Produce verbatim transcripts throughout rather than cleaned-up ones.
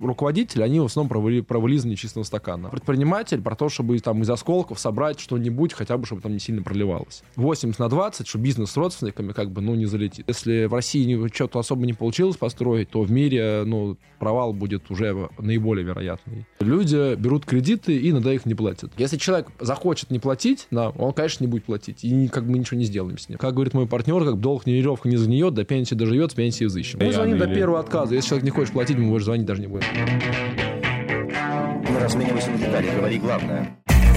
руководители, они в основном про, вы, про вылизывание чистого стакана. Предприниматель про то, чтобы там из осколков собрать что-нибудь, хотя бы, чтобы там не сильно проливалось. восемьдесят на двадцать, что бизнес с родственниками как бы, ну, не залетит. Если в России что-то особо не получилось построить, то в мире, ну, провал будет уже наиболее вероятный. Люди берут кредиты и иногда их не платят. Если человек захочет не платить, да, он, конечно, не будет платить. И как бы ничего не сделаем с ним. Как говорит мой партнер, как долг не веревка не загниет, до пенсии доживет, с пенсии взыщем. Мы звоним до первого отказа. Если человек не хочет платить, мы больше звонить даже не будем. Не разменивайся на детали, говори главное.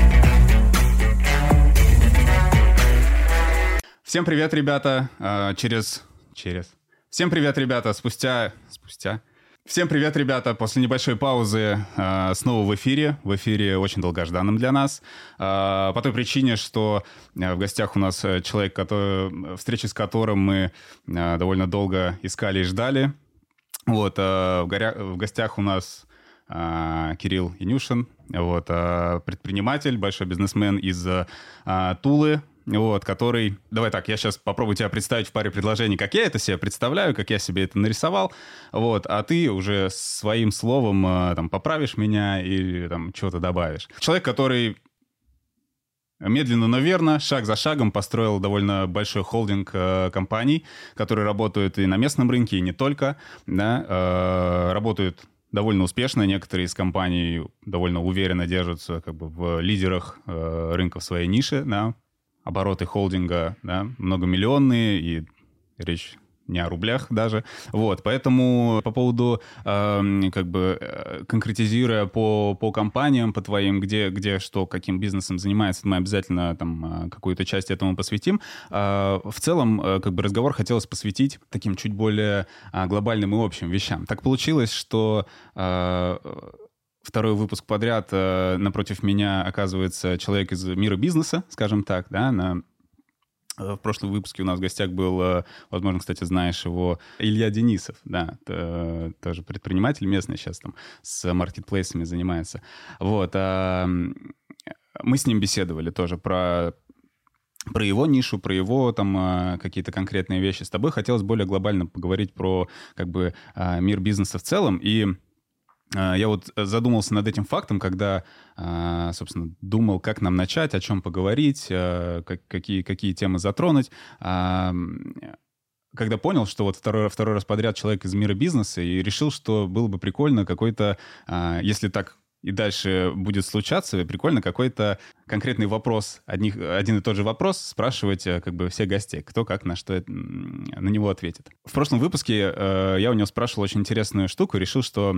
Всем привет, ребята. Через... Через... Всем привет, ребята. Спустя... Спустя... Всем привет, ребята. После небольшой паузы э, снова в эфире. В эфире очень долгожданным для нас. Э, по той причине, что э, в гостях у нас человек, который, встречи с которым мы э, довольно долго искали и ждали. Вот, э, в, горя... в гостях у нас э, Кирилл Янюшин, вот, э, предприниматель, большой бизнесмен из э, Тулы. Вот, который... Давай так, я сейчас попробую тебя представить в паре предложений, как я это себе представляю, как я себе это нарисовал, вот, а ты уже своим словом там поправишь меня или там чего-то добавишь. Человек, который медленно, но верно, шаг за шагом построил довольно большой холдинг э, компаний, которые работают и на местном рынке, и не только, да, э, работают довольно успешно. Некоторые из компаний довольно уверенно держатся как бы в лидерах э, рынка в своей нише, да. Обороты холдинга, да, многомиллионные, и речь не о рублях даже. Вот, поэтому по поводу, э, как бы, э, конкретизируя по, по компаниям, по твоим, где, где что, каким бизнесом занимается, мы обязательно там какую-то часть этому посвятим. Э, в целом, э, как бы, разговор хотелось посвятить таким чуть более э, глобальным и общим вещам. Так получилось, что... Э, Второй выпуск подряд э, напротив меня оказывается человек из мира бизнеса, скажем так, да, на... В прошлом выпуске у нас в гостях был, возможно, кстати, знаешь его, Илья Денисов, да, тоже предприниматель местный, сейчас там с маркетплейсами занимается. Вот, а мы с ним беседовали тоже про... про его нишу, про его там какие-то конкретные вещи. С тобой хотелось более глобально поговорить про как бы мир бизнеса в целом, и я вот задумался над этим фактом, когда, собственно, думал, как нам начать, о чем поговорить, какие, какие темы затронуть. Когда понял, что вот второй, второй раз подряд человек из мира бизнеса, и решил, что было бы прикольно какой-то, если так и дальше будет случаться, прикольно какой-то конкретный вопрос, одних, один и тот же вопрос спрашивать как бы всех гостей, кто как на что на него ответит. В прошлом выпуске я у него спрашивал очень интересную штуку, решил, что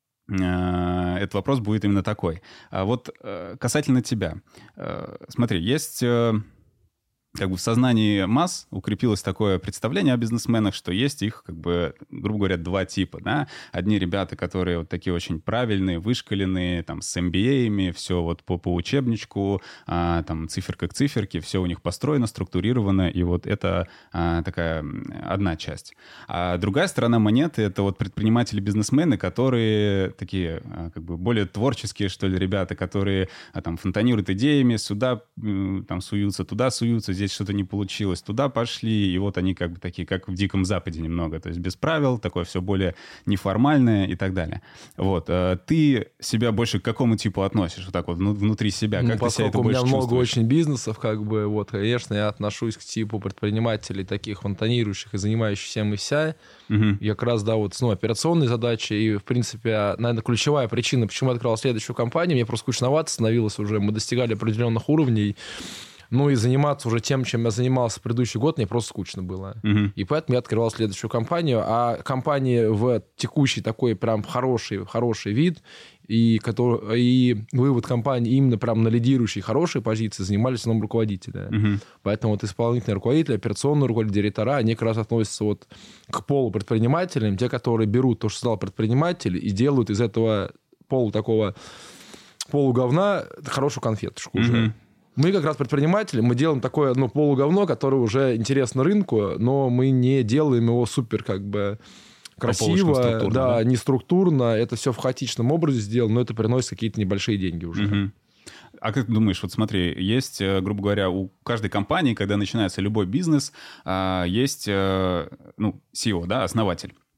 этот вопрос будет именно такой. А вот касательно тебя. Смотри, есть... Как бы в сознании масс укрепилось такое представление о бизнесменах, что есть их, как бы, грубо говоря, два типа, да. Одни ребята, которые вот такие очень правильные, вышкаленные, там, с эм би эй-ами, все вот по, по учебничку, а, там, циферка к циферке, все у них построено, структурировано, и вот это а, такая одна часть. А другая сторона монеты — это вот предприниматели-бизнесмены, которые такие, а, как бы, более творческие, что ли, ребята, которые а, там фонтанируют идеями, сюда там суются, туда суются, здесь что-то не получилось, туда пошли, и вот они как бы такие, как в Диком Западе немного, то есть без правил, такое все более неформальное и так далее. Вот. Ты себя больше к какому типу относишь, вот так вот внутри себя? Как ну, ты себя это у больше меня чувствуешь? Много очень бизнесов, как бы, вот, конечно, я отношусь к типу предпринимателей, таких фонтанирующих и занимающихся всем и вся. Угу. Я как раз, да, вот, ну, операционные задачи, и, в принципе, наверное, ключевая причина, почему я открыл следующую компанию, мне просто скучновато становилось уже, мы достигали определенных уровней. Ну и заниматься уже тем, чем я занимался предыдущий год, мне просто скучно было. Uh-huh. И поэтому я открывал следующую компанию. А компании в текущий такой прям хороший, хороший вид, и, который, и вывод компании именно прям на лидирующие хорошие позиции занимались в новом руководителе. Uh-huh. Поэтому вот исполнительный руководитель, операционный руководитель, директора, они как раз относятся вот к полупредпринимателям, те, которые берут то, что сказал предприниматель, и делают из этого полу такого полуговна хорошую конфеточку уже. Uh-huh. Мы как раз предприниматели, мы делаем такое, ну, полуговно, которое уже интересно рынку, но мы не делаем его супер как бы красиво, да, да, не структурно, это все в хаотичном образе сделано, но это приносит какие-то небольшие деньги уже. Угу. А как ты думаешь, вот смотри, есть, грубо говоря, у каждой компании, когда начинается любой бизнес, есть, ну, си и о, да, основатель.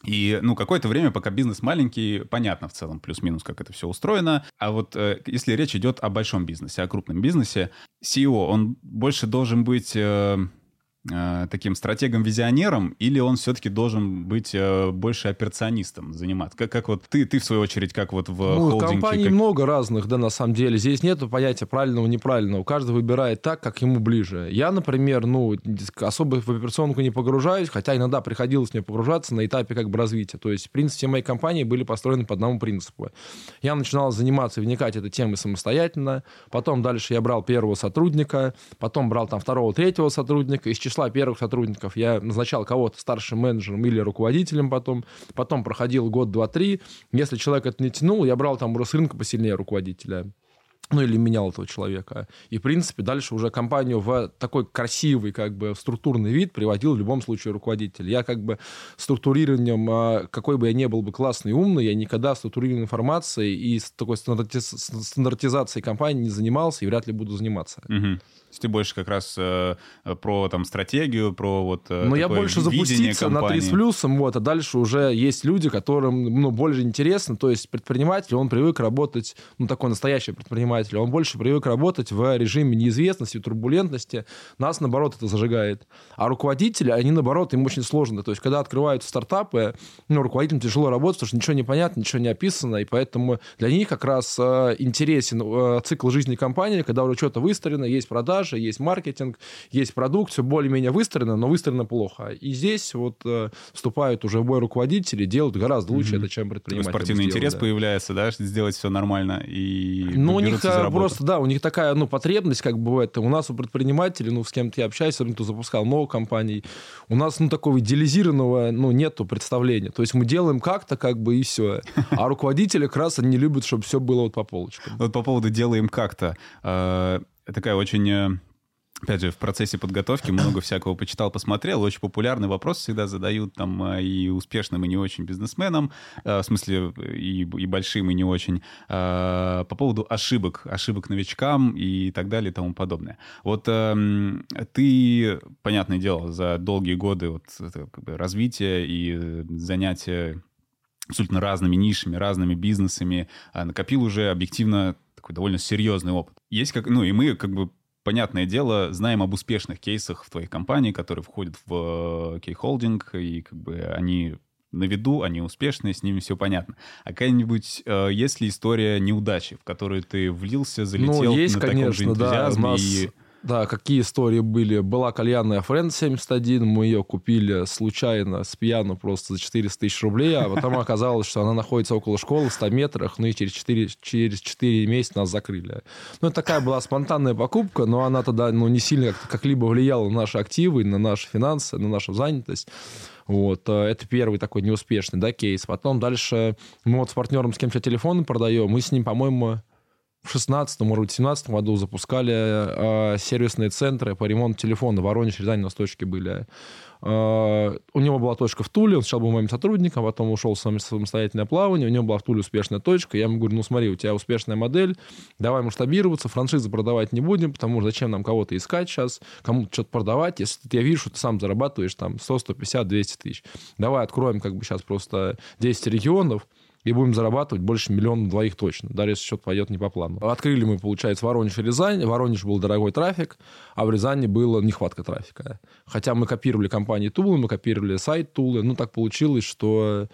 И, ну, какое-то время, пока бизнес маленький, понятно в целом плюс-минус, как это все устроено. А вот э, если речь идет о большом бизнесе, о крупном бизнесе, си и о, он больше должен быть... Э, таким стратегом-визионером, или он все-таки должен быть э, больше операционистом, заниматься? Как, как вот ты, ты, в свою очередь, как вот в ну, холдинге? Компаний как... много разных, да, на самом деле. Здесь нет понятия правильного, неправильного. Каждый выбирает так, как ему ближе. Я, например, ну, особо в операционку не погружаюсь, хотя иногда приходилось мне погружаться на этапе как бы развития. То есть, в принципе, все мои компании были построены по одному принципу. Я начинал заниматься и вникать этой темой самостоятельно. Потом дальше я брал первого сотрудника, потом брал там второго, третьего сотрудника. Из числа первых сотрудников я назначал кого-то старшим менеджером или руководителем потом. Потом проходил год, два, три. Если человек это не тянул, я брал там с рынка посильнее руководителя. Ну, или менял этого человека. И, в принципе, дальше уже компанию в такой красивый, как бы, структурный вид приводил в любом случае руководитель. Я, как бы, структурированием, какой бы я ни был бы классный и умный, я никогда структурированием информации и с такой стандартизацией компании не занимался и вряд ли буду заниматься. Угу. Ты больше как раз э, про там стратегию, про вот э, Но я больше запуститься на три с плюсом, вот, а дальше уже есть люди, которым, ну, больше интересно, то есть предприниматель, он привык работать, ну, такой настоящий предприниматель, он больше привык работать в режиме неизвестности, турбулентности, нас, наоборот, это зажигает. А руководители, они, наоборот, им очень сложно, то есть когда открываются стартапы, ну, руководителям тяжело работать, потому что ничего не понятно, ничего не описано, и поэтому для них как раз э, интересен э, цикл жизни компании, когда уже что-то выстроено, есть продажи, есть маркетинг, есть продукт, все более-менее выстроено, но выстроено плохо. И здесь вот э, вступают уже в бой руководители, делают гораздо лучше mm-hmm. это, чем предприниматель. Спортивный сделал, интерес да. появляется, да, сделать все нормально и ну, у них просто, да, у них такая, ну, потребность как бы в этом. У нас у предпринимателей, ну, с кем-то я общаюсь, кто запускал много компаний, у нас, ну, такого идеализированного, ну, нету представления. То есть мы делаем как-то, как бы, и все. А руководители как раз они любят, чтобы все было вот по полочкам. Вот по поводу «делаем как-то». Такая очень... Опять же, в процессе подготовки много всякого почитал, посмотрел. Очень популярный вопрос всегда задают там и успешным, и не очень бизнесменам, в смысле и, и большим, и не очень, по поводу ошибок, ошибок новичкам и так далее и тому подобное. Вот ты, понятное дело, за долгие годы вот, как бы, развития и занятия абсолютно разными нишами, разными бизнесами накопил уже объективно такой довольно серьезный опыт. Есть как, ну и мы как бы понятное дело, знаем об успешных кейсах в твоей компании, которые входят в Кей-холдинг, и как бы они на виду, они успешные, с ними все понятно. А какая-нибудь, э, есть ли история неудачи, в которую ты влился, залетел ну, есть, на конечно, таком же энтузиазме? Да, у нас... и... Да, какие истории были. Была кальянная Френд семьдесят один, мы ее купили случайно, с пьяну, просто за четыреста тысяч рублей, а потом оказалось, что она находится около школы в ста метрах, ну и через четыре, через четыре месяца нас закрыли. Ну, это такая была спонтанная покупка, но она тогда, ну, не сильно как-либо влияла на наши активы, на наши финансы, на нашу занятость. Вот, это первый такой неуспешный, да, кейс. Потом дальше мы вот с партнером, с кем сейчас телефоны продаем, мы с ним, по-моему... В шестнадцатом, может быть, в семнадцатом году запускали э, сервисные центры по ремонту телефона. Воронеж, Рязань, у нас точки были. Э, у него была точка в Туле, он сначала был моим сотрудником, потом ушел в самостоятельное плавание, у него была в Туле успешная точка. Я ему говорю, ну смотри, у тебя успешная модель, давай масштабироваться, франшизы продавать не будем, потому что зачем нам кого-то искать сейчас, кому-то что-то продавать, если я вижу, что ты сам зарабатываешь там сто, сто пятьдесят, двести тысяч. Давай откроем как бы сейчас просто десять регионов, и будем зарабатывать больше миллиона двоих точно, даже если счет пойдет не по плану. Открыли мы, получается, Воронеж и Рязань. Воронеж был дорогой трафик, а в Рязани была нехватка трафика. Хотя мы копировали компании Тулы, мы копировали сайт Тулы. Ну, так получилось, что...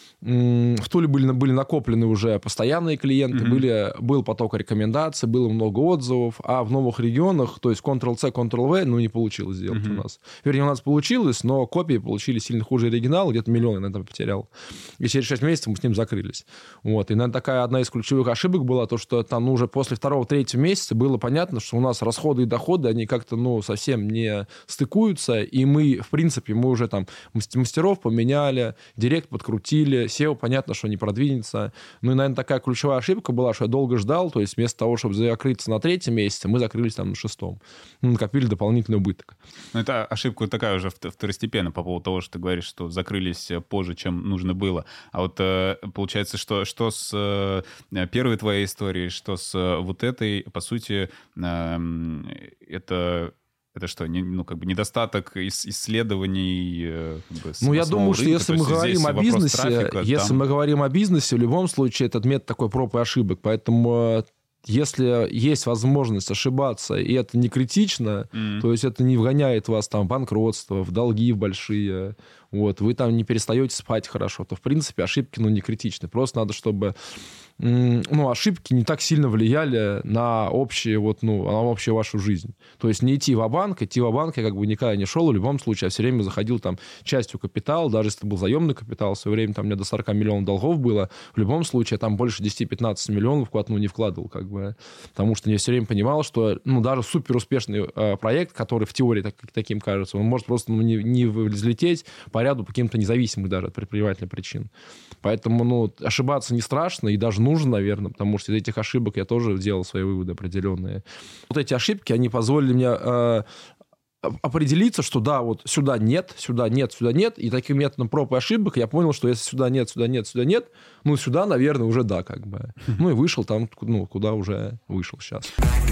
В Туле были, были накоплены уже постоянные клиенты, mm-hmm. были, был поток рекомендаций, было много отзывов, а в новых регионах, то есть контрол-C, контрол-V, ну, не получилось сделать mm-hmm. у нас. Вернее, у нас получилось, но копии получили сильно хуже оригинала, где-то миллион я на этом потерял. И через шесть месяцев мы с ним закрылись. Вот. И, наверное, такая одна из ключевых ошибок была, то, что там ну, уже после второго-третьего месяца было понятно, что у нас расходы и доходы, они как-то, ну, совсем не стыкуются, и мы, в принципе, мы уже там мастеров поменяли, директ подкрутили, сео, понятно, что не продвинется. Ну и, наверное, такая ключевая ошибка была, что я долго ждал, то есть вместо того, чтобы закрыться на третьем месяце, мы закрылись там на шестом. Мы накопили дополнительный убыток. Ну, это ошибка такая уже второстепенная по поводу того, что ты говоришь, что закрылись позже, чем нужно было. А вот получается, что, что с первой твоей историей, что с вот этой, по сути, это... Это что, не, ну, как бы недостаток исследований? Как бы, ну, я думаю, что рынка, если мы говорим о бизнесе, трафика, если там... мы говорим о бизнесе, в любом случае этот метод такой проб и ошибок. Поэтому если есть возможность ошибаться, и это не критично, mm. то есть это не вгоняет вас там в банкротство, в долги большие, вот, вы там не перестаете спать хорошо, то, в принципе, ошибки, ну, не критичны. Просто надо, чтобы... Ну, ошибки не так сильно влияли на общие, вот, ну, на общую вашу жизнь. То есть не идти ва-банк, идти ва-банк я как бы никогда не шел, в любом случае я все время заходил там частью капитала, даже если это был заемный капитал, в свое время там у меня до сорок миллионов долгов было, в любом случае я там больше десять-пятнадцать миллионов вклад, ну, не вкладывал, как бы, потому что я все время понимал, что, ну, даже супер успешный э, проект, который в теории так, таким кажется, он может просто, ну, не, не взлететь по ряду по каким-то независимым даже от предпринимательных причин. Поэтому, ну, ошибаться не страшно и даже нужно, наверное, потому что из этих ошибок я тоже сделал свои выводы определенные. Вот эти ошибки, они позволили мне э, определиться, что да, вот сюда нет, сюда нет, сюда нет, и таким методом проб и ошибок я понял, что если сюда нет, сюда нет, сюда нет, ну, сюда, наверное, уже да, как бы. Ну, и вышел там, ну, куда уже вышел сейчас.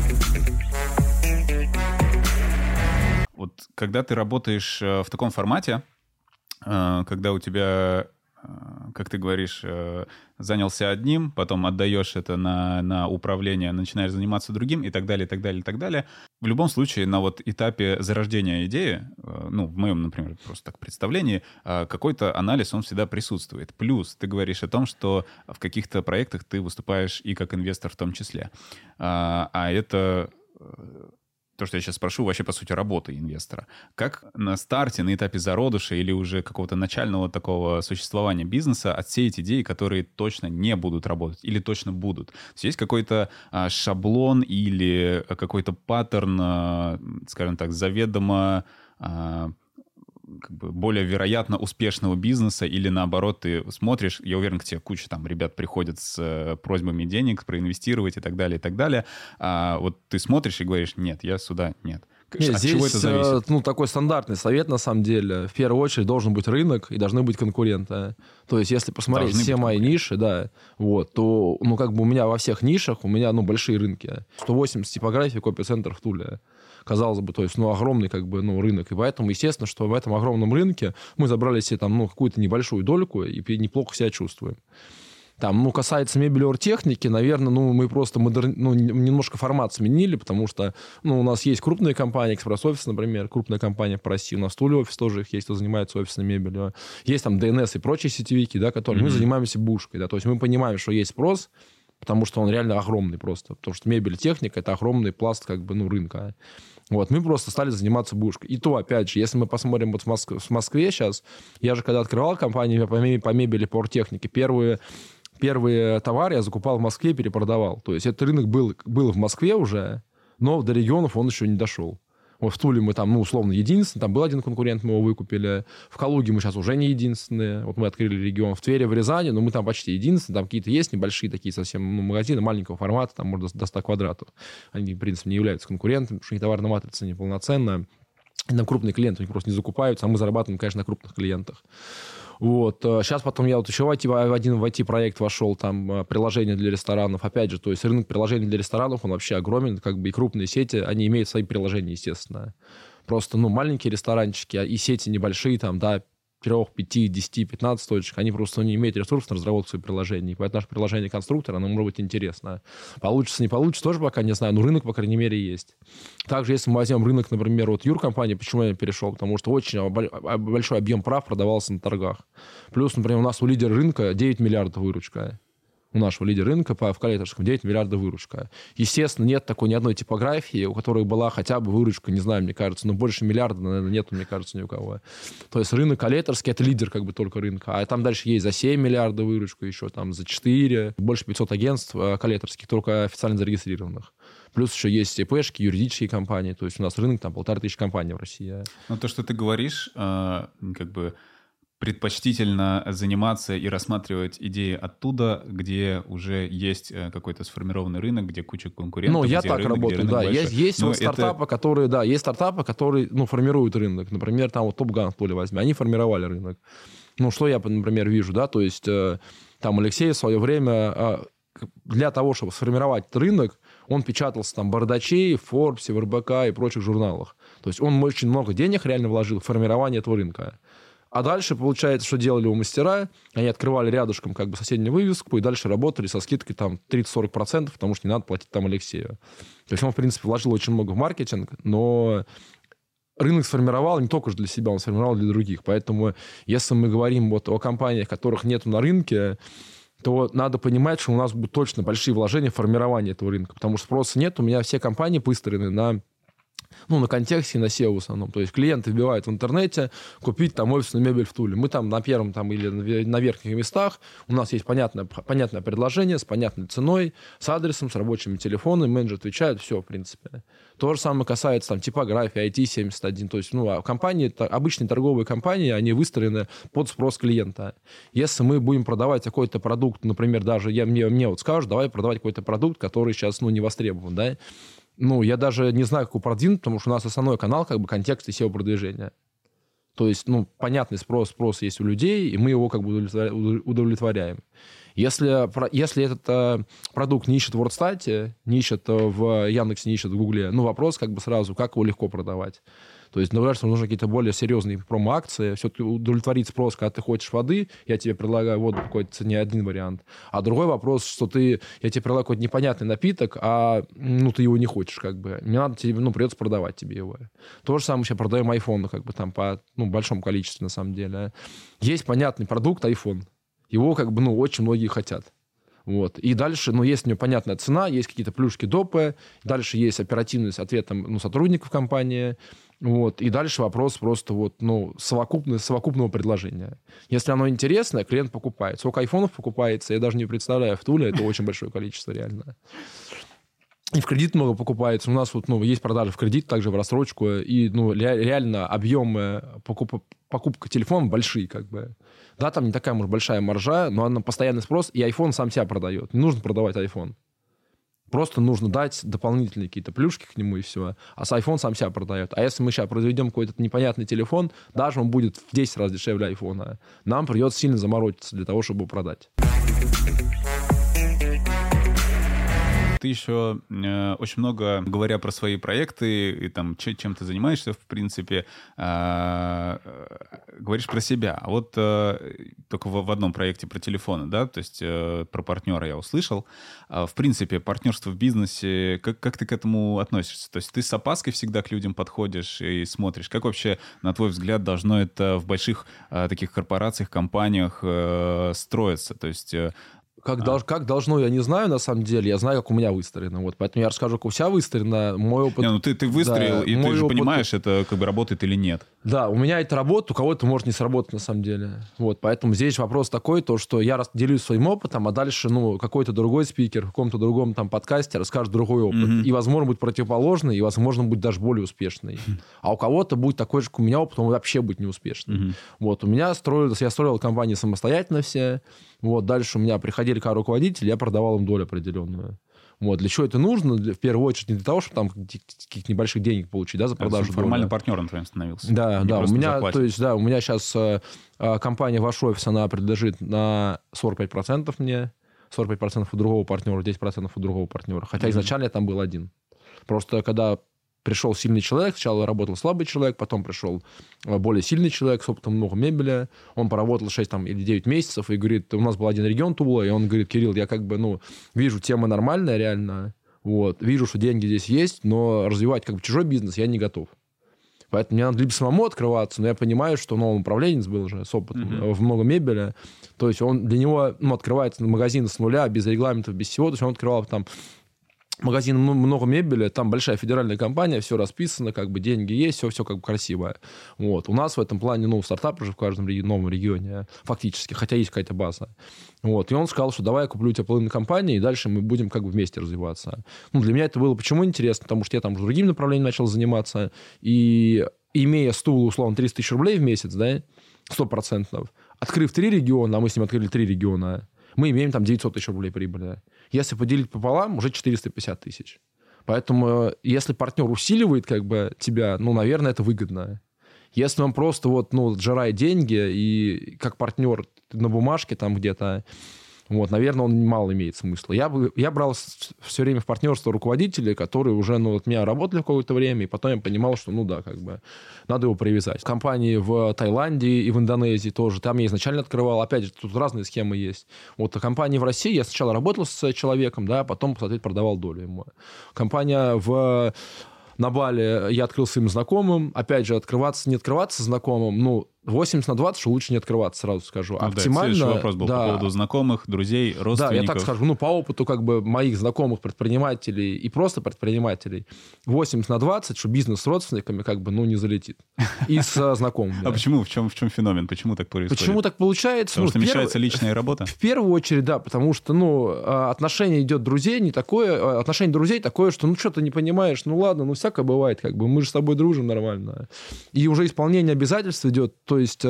Вот когда ты работаешь в таком формате, когда у тебя... как ты говоришь, занялся одним, потом отдаешь это на, на управление, начинаешь заниматься другим и так далее, и так далее, и так далее. В любом случае, на вот этапе зарождения идеи, ну, в моем, например, просто так представлении, какой-то анализ, он всегда присутствует. Плюс ты говоришь о том, что в каких-то проектах ты выступаешь и как инвестор в том числе. А это... То, что я сейчас спрошу, вообще, по сути, работа инвестора. Как на старте, на этапе зародыша или уже какого-то начального такого существования бизнеса отсеять идеи, которые точно не будут работать или точно будут? То есть есть какой-то а, шаблон или какой-то паттерн, а, скажем так, заведомо... А, как бы более вероятно успешного бизнеса, или наоборот ты смотришь, я уверен, к тебе куча там ребят приходят с э, просьбами денег проинвестировать и так далее, и так далее, а вот ты смотришь и говоришь, нет, я сюда нет. Нет, От здесь, чего это зависит? Ну, такой стандартный совет, на самом деле. В первую очередь должен быть рынок и должны быть конкуренты. То есть, если посмотреть должны все мои ниши, да, вот, то, ну, как бы у меня во всех нишах, у меня, ну, большие рынки. сто восемьдесят типографий, копи-центр в Туле. Казалось бы, то есть, ну, огромный, как бы, ну, рынок. И поэтому, естественно, что в этом огромном рынке мы забрали себе там, ну, какую-то небольшую дольку и неплохо себя чувствуем. Там, ну, касается мебели, оргтехники, наверное, ну, мы просто модер... ну, немножко формат сменили, потому что, ну, у нас есть крупные компании, Экспресс-офис, например, крупная компания по России, у нас Туле-офис тоже их есть, кто занимается офисной мебелью. Есть там ДНС и прочие сетевики, да, которые mm-hmm. мы занимаемся бушкой, да, то есть мы понимаем, что есть спрос, потому что он реально огромный просто, потому что мебель, техника — это огромный пласт, как бы, ну, рынка. Вот, мы просто стали заниматься бушкой. И то, опять же, если мы посмотрим вот в, Моск... в Москве сейчас, я же когда открывал компанию по мебели, по оргтехнике, первые... Первые товары я закупал в Москве, перепродавал. То есть этот рынок был, был в Москве уже, но до регионов он еще не дошел. Вот в Туле мы там, ну, условно, единственные. Там был один конкурент, мы его выкупили. В Калуге мы сейчас уже не единственные. Вот мы открыли регион. В Твери, в Рязани, но мы там почти единственные. Там какие-то есть небольшие такие совсем, ну, магазины маленького формата, там, может, до ста квадратов. Они, в принципе, не являются конкурентами, потому что их товарная матрица неполноценная. И нам крупные клиенты, они просто не закупаются, а мы зарабатываем, конечно, на крупных клиентах. Вот. Сейчас потом я вот еще в ай ти, в один в ай ти-проект вошел, там, приложение для ресторанов. Опять же, то есть рынок приложений для ресторанов, он вообще огромен, как бы и крупные сети, они имеют свои приложения, естественно. Просто, ну, маленькие ресторанчики и сети небольшие, там, да, трех, пяти, десяти, пятнадцати точек, они просто не имеют ресурсов на разработку своих приложений. Поэтому наше приложение конструктора, оно может быть интересно. Получится, не получится, тоже пока не знаю, но рынок, по крайней мере, есть. Также, если мы возьмем рынок, например, вот юркомпании, почему я перешел? Потому что очень большой объем прав продавался на торгах. Плюс, например, у нас у лидера рынка девять миллиардов выручка. У нашего лидера рынка по, в коллекторском девять миллиардов выручка. Естественно, нет такой ни одной типографии, у которой была хотя бы выручка, не знаю, мне кажется, но больше миллиарда, наверное, нету, мне кажется, ни у кого. То есть рынок коллекторский — это лидер как бы только рынка. А там дальше есть за семь миллиардов выручка, еще там за четыре. Больше пятьсот агентств коллекторских, только официально зарегистрированных. Плюс еще есть ИПшки, юридические компании. То есть у нас рынок там полторы тысячи компаний в России. Ну, то, что ты говоришь, э, как бы... предпочтительно заниматься и рассматривать идеи оттуда, где уже есть какой-то сформированный рынок, где куча конкурентов. Ну, я где так рынок, работаю, да. Большой. Есть, есть вот стартапы, это... которые, да, есть стартапы, которые, ну, формируют рынок. Например, там вот Top Gun в Туле возьми, они формировали рынок. Ну, что я, например, вижу, да, то есть э, там Алексей в свое время э, для того, чтобы сформировать рынок, он печатался там в Бардаче, в Форбсе, в эр бэ ка и прочих журналах. То есть он очень много денег реально вложил в формирование этого рынка. А дальше, получается, что делали у мастера, они открывали рядышком как бы соседнюю вывеску и дальше работали со скидкой там тридцать-сорок процентов, потому что не надо платить там Алексею. То есть он, в принципе, вложил очень много в маркетинг, но рынок сформировал не только для себя, он сформировал для других. Поэтому если мы говорим вот о компаниях, которых нету на рынке, то надо понимать, что у нас будут точно большие вложения в формирование этого рынка, потому что спроса нет. У меня все компании выстроены на... Ну, на контексте и на сео в основном. То есть клиенты вбивают в интернете купить там офисную мебель в Туле. Мы там на первом там, или на верхних местах. У нас есть понятное, понятное предложение с понятной ценой, с адресом, с рабочими телефонами. Менеджер отвечает, все, в принципе. То же самое касается там, типографии, ай ти семьдесят один. То есть ну, компании, обычные торговые компании, они выстроены под спрос клиента. Если мы будем продавать какой-то продукт, например, даже я, мне, мне вот скажут, давай продавать какой-то продукт, который сейчас ну, не востребован, да, ну, я даже не знаю, как его продвинуть, потому что у нас основной канал как бы контекст и сео-продвижения. То есть, ну, понятный спрос, спрос есть у людей, и мы его как бы удовлетворяем. Если, если этот э, продукт не ищет в WordStat, не ищет в Яндексе, не ищет в Гугле, ну, вопрос как бы сразу, как его легко продавать. То есть, например, что нужны какие-то более серьезные промо-акции, все-таки удовлетворить спрос, когда ты хочешь воды, я тебе предлагаю воду по какой-то цене, один вариант. А другой вопрос, что ты, я тебе предлагаю какой-то непонятный напиток, а ну, ты его не хочешь, как бы. Мне надо тебе, ну, придется продавать тебе его. То же самое сейчас продаем iPhone, как бы там по ну, большому количеству, на самом деле. Есть понятный продукт iPhone. Его, как бы, ну, очень многие хотят. Вот. И дальше, ну, есть у него понятная цена, есть какие-то плюшки, допы, дальше есть оперативность ответа ну, сотрудников компании, вот. И дальше вопрос просто вот, ну, совокупность, совокупного предложения. Если оно интересное, клиент покупает. Сколько айфонов покупается, я даже не представляю, в Туле это очень большое количество реально. И в кредит много покупается. У нас вот, ну, есть продажи в кредит, также в рассрочку, и ну, реально объемы покуп... покупка телефона большие, как бы. Да, там не такая, может, большая маржа, но она постоянный спрос, и iPhone сам себя продает. Не нужно продавать iPhone. Просто нужно дать дополнительные какие-то плюшки к нему, и все. А с iPhone сам себя продает. А если мы сейчас произведем какой-то непонятный телефон, даже он будет в десять раз дешевле айфона, нам придется сильно заморочиться для того, чтобы его продать. Ты еще э, очень много, говоря про свои проекты и там, че, чем ты занимаешься, в принципе, э, э, говоришь про себя. А вот э, только в, в одном проекте про телефоны, да, то есть э, про партнера я услышал. А, в принципе, партнерство в бизнесе, как, как ты к этому относишься? То есть ты с опаской всегда к людям подходишь и смотришь. Как вообще, на твой взгляд, должно это в больших э, таких корпорациях, компаниях э, строиться? То есть... Э, Как, а. долж, как должно, я не знаю, на самом деле. Я знаю, как у меня выстроено. Вот. Поэтому я расскажу, как у себя выстроено. Мой опыт... Не, ну ты, ты выстроил, да, и ты же опыт... понимаешь, это как бы работает или нет. Да, у меня это работает, у кого-то может не сработать, на самом деле. Вот. Поэтому здесь вопрос такой, то, что я делюсь своим опытом, а дальше ну, какой-то другой спикер в каком-то другом там, подкасте расскажет другой опыт. Mm-hmm. И, возможно, будет противоположный, и, возможно, будет даже более успешный. Mm-hmm. А у кого-то будет такой же, как у меня опыт, он вообще будет неуспешный. Mm-hmm. Вот. У меня строилось, я строил компании самостоятельно все. Вот, дальше у меня приходили к руководители, я продавал им долю определенную. Вот, для чего это нужно? Для, в первую очередь не для того, чтобы там каких-то небольших денег получить, да, за продажу. Формально партнером твоим становился. Да, да. У меня, то есть, да, у меня сейчас э, компания ваш офис, она принадлежит на сорок пять процентов мне, сорок пять процентов у другого партнера, десять процентов у другого партнера. Хотя mm-hmm. изначально я там был один. Просто когда пришел сильный человек, сначала работал слабый человек, потом пришел более сильный человек с опытом много мебели. Он поработал шесть там, или девять месяцев и говорит, у нас был один регион Тула, и он говорит, Кирилл, я как бы, ну, вижу, тема нормальная реально, вот, вижу, что деньги здесь есть, но развивать как бы чужой бизнес я не готов. Поэтому мне надо либо самому открываться, но я понимаю, что ну, он управленец был уже с опытом mm-hmm. в много мебели. То есть он для него ну, открывается магазин с нуля, без регламентов, без всего. То есть он открывал там магазин много мебели, там большая федеральная компания, все расписано, как бы деньги есть, все, все как бы красивое. Вот. У нас в этом плане, ну, стартап уже в каждом реги- новом регионе фактически, хотя есть какая-то база. Вот. И он сказал, что давай я куплю у тебя половину компании, и дальше мы будем как бы вместе развиваться. Ну, для меня это было почему интересно? Потому что я там уже другим направлением начал заниматься, и имея стул, условно, триста тысяч рублей в месяц, да, сто процентов, открыв три региона, а мы с ним открыли три региона, мы имеем там девятьсот тысяч рублей прибыли. Если поделить пополам, уже четыреста пятьдесят тысяч. Поэтому, если партнер усиливает как бы, тебя, ну, наверное, это выгодно. Если он просто вот, ну, сжирает деньги, и как партнер на бумажке там где-то, Вот, наверное, он мало имеет смысла. Я, бы, я брал все время в партнерство руководителей, которые уже, ну, от меня работали какое-то время, и потом я понимал, что, ну, да, как бы, надо его привязать. Компании в Таиланде и в Индонезии тоже, там я изначально открывал, опять же, тут разные схемы есть. Вот, а компании в России, я сначала работал с человеком, да, потом, соответственно, продавал долю ему. Компания в... На Бали я открыл своим знакомым. Опять же, открываться, не открываться знакомым, ну, восемьдесят на двадцать, что лучше не открываться, сразу скажу. Ну, оптимально... Да, следующий вопрос был да. по поводу знакомых, друзей, родственников. Да, я так скажу, ну, по опыту как бы моих знакомых предпринимателей и просто предпринимателей, восемьдесят на двадцать, что бизнес с родственниками как бы, ну, не залетит. И с знакомыми. А почему? В чем, в чем феномен? Почему так происходит? Почему так получается? Потому что мешается личная работа? В первую очередь, да, потому что, ну, отношение идет друзей не такое, отношение друзей такое, что, ну, что ты не понимаешь, ну, ладно, ну, всякое бывает, как бы, мы же с тобой дружим нормально. И уже исполнение обязательств идет. То есть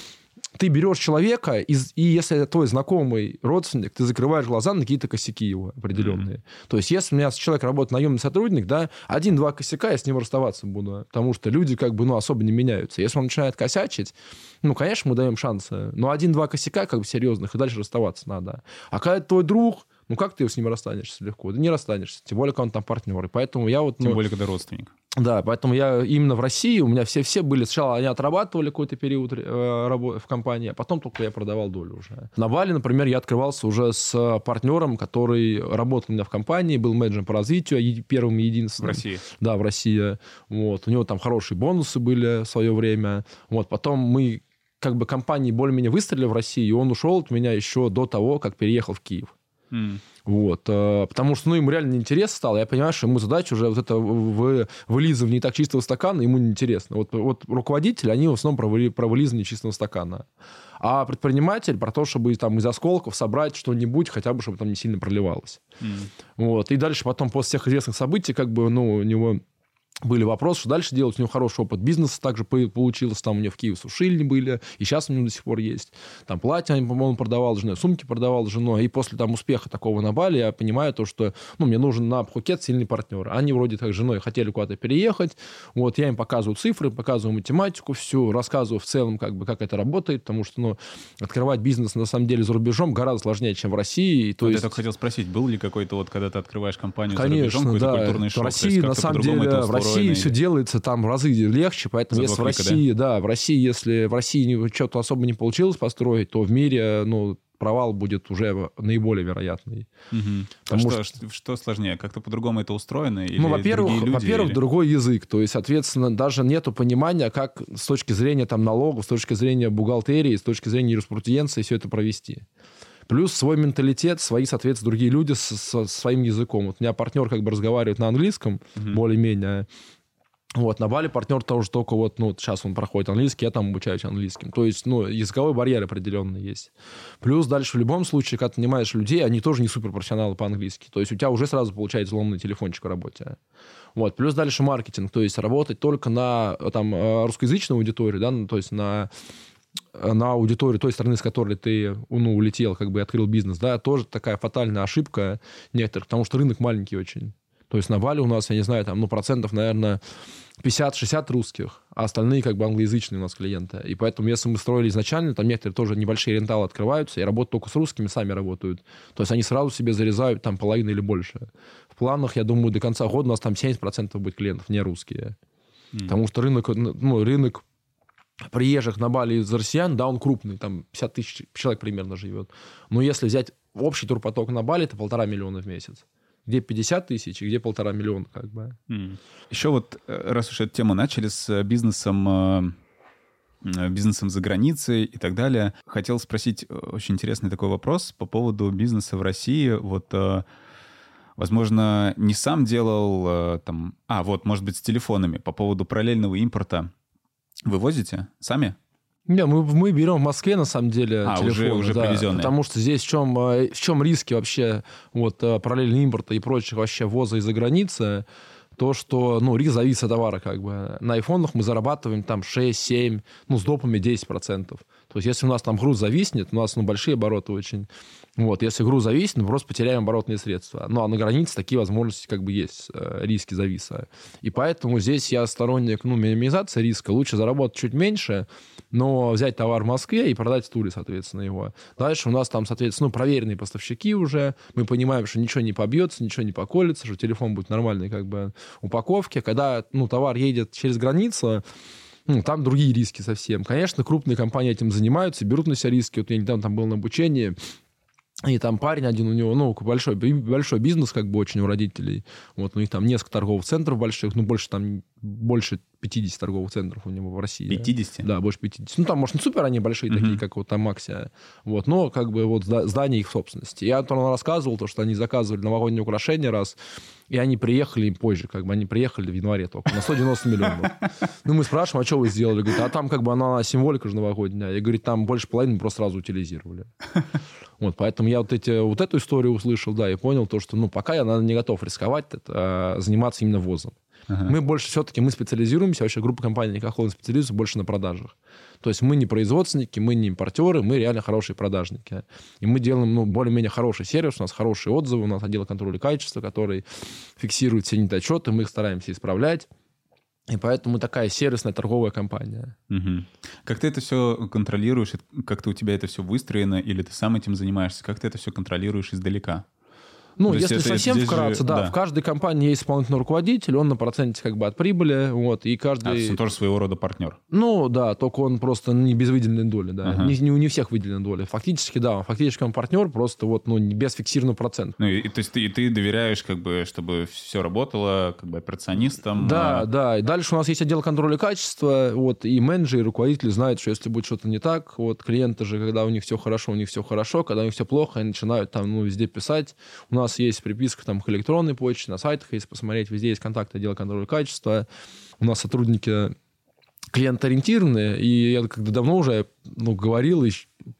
ты берешь человека, и, и если это твой знакомый родственник, ты закрываешь глаза на какие-то косяки его определенные. Mm-hmm. То есть если у меня человек работает наемный сотрудник, да, один-два косяка, я с ним расставаться буду. Потому что люди как бы, ну, особо не меняются. Если он начинает косячить, ну, конечно, мы даем шансы. Но один-два косяка как бы серьезных, и дальше расставаться надо. А когда это твой друг, ну, как ты с ним расстанешься легко? Да не расстанешься. Тем более, когда он там партнер. И поэтому я вот... Тем ну, более, когда родственник. Да, поэтому я именно в России, у меня все-все были, сначала они отрабатывали какой-то период э, в компании, а потом только я продавал долю уже. На Бали, например, я открывался уже с партнером, который работал у меня в компании, был менеджером по развитию, первым и единственным. В России? Да, в России. Вот. У него там хорошие бонусы были в свое время. Вот. Потом мы, как бы, компании более-менее выстрелили в России, и он ушел от меня еще до того, как переехал в Киев. Mm. Вот, потому что, ну, ему реально неинтересно стало. Я понимаю, что ему задача уже вот это вы, вылизывание не так чистого стакана, ему неинтересно. Вот, вот руководители, они в основном про, вы, про вылизывание чистого стакана. А предприниматель про то, чтобы там из осколков собрать что-нибудь, хотя бы, чтобы там не сильно проливалось. Mm. Вот, и дальше потом, после всех известных событий, как бы, ну, у него... были вопросы, что дальше делать. У него хороший опыт бизнеса также получился. Там у него в Киеве сушильни были. И сейчас у него до сих пор есть. Там платья, по-моему, продавал с женой, сумки продавал с женой. И после там успеха такого на Бали я понимаю то, что ну, мне нужен на Пхукет сильный партнер. Они вроде как с женой хотели куда-то переехать. Вот, я им показываю цифры, показываю математику всю, рассказываю в целом, как бы, как это работает. Потому что ну, открывать бизнес на самом деле за рубежом гораздо сложнее, чем в России. И, то вот есть... Я только хотел спросить, был ли какой-то, вот, когда ты открываешь компанию Конечно, за рубежом, какой-то да. культурный шок? В России, на самом деле, в России или... все делается там в разы легче, поэтому если в России, да? да, в России, если в России что-то особо не получилось построить, то в мире, ну, провал будет уже наиболее вероятный. Угу. А что, что... что сложнее? Как-то по-другому это устроено? Или ну, во-первых, люди, во-первых или... другой язык. То есть, соответственно, даже нету понимания, как с точки зрения там, налогов, с точки зрения бухгалтерии, с точки зрения юриспруденции все это провести. Плюс свой менталитет, свои, соответственно, другие люди со, со своим языком. Вот у меня партнер как бы разговаривает на английском, угу. более-менее. Вот, на Бали партнер тоже только вот, ну, сейчас он проходит английский, я там обучаюсь английским. То есть, ну, языковой барьер определенный есть. Плюс дальше в любом случае, когда ты нанимаешь людей, они тоже не суперпрофессионалы по-английски. То есть, у тебя уже сразу получается взломанный телефончик в работе. Вот, плюс дальше маркетинг. То есть, работать только на, там, русскоязычную аудиторию, да, ну, то есть, на... на аудиторию той страны, с которой ты ну, улетел, как бы открыл бизнес, да, тоже такая фатальная ошибка некоторых, потому что рынок маленький очень. То есть на Бали у нас, я не знаю, там, ну, процентов, наверное, пятьдесят-шестьдесят русских, а остальные как бы англоязычные у нас клиенты. И поэтому, если мы строили изначально, там некоторые тоже небольшие ренталы открываются и работают только с русскими, сами работают. То есть они сразу себе зарезают там половину или больше. В планах, я думаю, до конца года у нас там семьдесят процентов будет клиентов не русские. Mm. Потому что рынок, ну, рынок приезжих на Бали из россиян, да, он крупный, там пятьдесят тысяч человек примерно живет. Но если взять общий турпоток на Бали, это полтора миллиона в месяц. Где пятьдесят тысяч, и где полтора миллиона, как бы. Mm. Еще вот, раз уж эту тему начали с бизнесом, бизнесом за границей и так далее, хотел спросить очень интересный такой вопрос по поводу бизнеса в России. Вот, возможно, не сам делал там... А, вот, может быть, с телефонами. По поводу параллельного импорта. Вы возите сами? Не, мы, мы берем в Москве, на самом деле, а, телефоны. уже, уже да, привезенные. Потому что здесь в чем, в чем риски вообще вот, параллельного импорта и прочих вообще ввоза из-за границы, то, что, ну, риск зависит от товара, как бы. На айфонах мы зарабатываем там шесть-семь, ну, с допами десять процентов. То То есть, если у нас там груз зависнет, у нас ну, большие обороты очень. Вот, если груз зависнет, мы просто потеряем оборотные средства. Ну, а на границе такие возможности как бы есть, риски зависа. И поэтому здесь я сторонник ну, минимизации риска. Лучше заработать чуть меньше, но взять товар в Москве и продать в Туле, соответственно, его. Дальше у нас там, соответственно, ну, проверенные поставщики уже. Мы понимаем, что ничего не побьется, ничего не поколется, что телефон будет нормальной как бы упаковки. Когда ну, товар едет через границу, ну, там другие риски совсем. Конечно, крупные компании этим занимаются, берут на себя риски. Вот я недавно там был на обучении, и там парень один, у него, ну, большой, большой бизнес, как бы, очень у родителей. Вот, у них там несколько торговых центров больших, ну, больше там, больше пятьдесят торговых центров у него в России. пятьдесят? Да, больше пятьдесят. Ну, там, может, не супер они большие uh-huh. такие, как вот там Максия. Вот, но, как бы, вот здание их собственности. Я Антон рассказывал, то, что они заказывали новогодние украшения раз, и они приехали позже, как бы, они приехали в январе только, на сто девяносто миллионов. Ну, мы спрашиваем, а что вы сделали? Говорит, а там, как бы, она символика же новогодняя. Я говорю, там больше половины просто сразу утилизировали. Вот, поэтому я вот, эти, вот эту историю услышал, да, и понял то, что, ну, пока я, наверное, не готов рисковать, это, а, заниматься именно ввозом. Ага. Мы больше все-таки, мы специализируемся, вообще группа компаний Никохолдинг специализируется больше на продажах. То есть мы не производственники, мы не импортеры, мы реально хорошие продажники. И мы делаем, ну, более-менее хороший сервис, у нас хорошие отзывы, у нас отдел контроля качества, который фиксирует все недочеты, мы их стараемся исправлять. И поэтому такая сервисная торговая компания. Угу. Как ты это все контролируешь? Как-то у тебя это все выстроено? Или ты сам этим занимаешься? Как ты это все контролируешь издалека? Ну, если это, совсем вкратце, же, да, да, в каждой компании есть исполнительный руководитель, он на проценте как бы от прибыли, вот, и каждый... А, то есть он тоже своего рода партнер? Ну, да, только он просто не без выделенной доли, да, ага. не, не у не всех выделенной доли. Фактически, да, фактически он партнер, просто вот, ну, без фиксированного процента. Ну, и, то есть ты, и ты доверяешь, как бы, чтобы все работало, как бы, операционистам? Да, а... да, и дальше у нас есть отдел контроля качества, вот, и менеджеры, и руководители знают, что если будет что-то не так, вот, клиенты же, когда у них все хорошо, у них все хорошо, когда у них все плохо, они начинают там, ну, везде писать. У нас есть приписка там к электронной почте, на сайтах, если посмотреть, везде есть контакты отдела контроля качества. У нас сотрудники клиент-ориентированные, и я когда давно уже ну, говорил и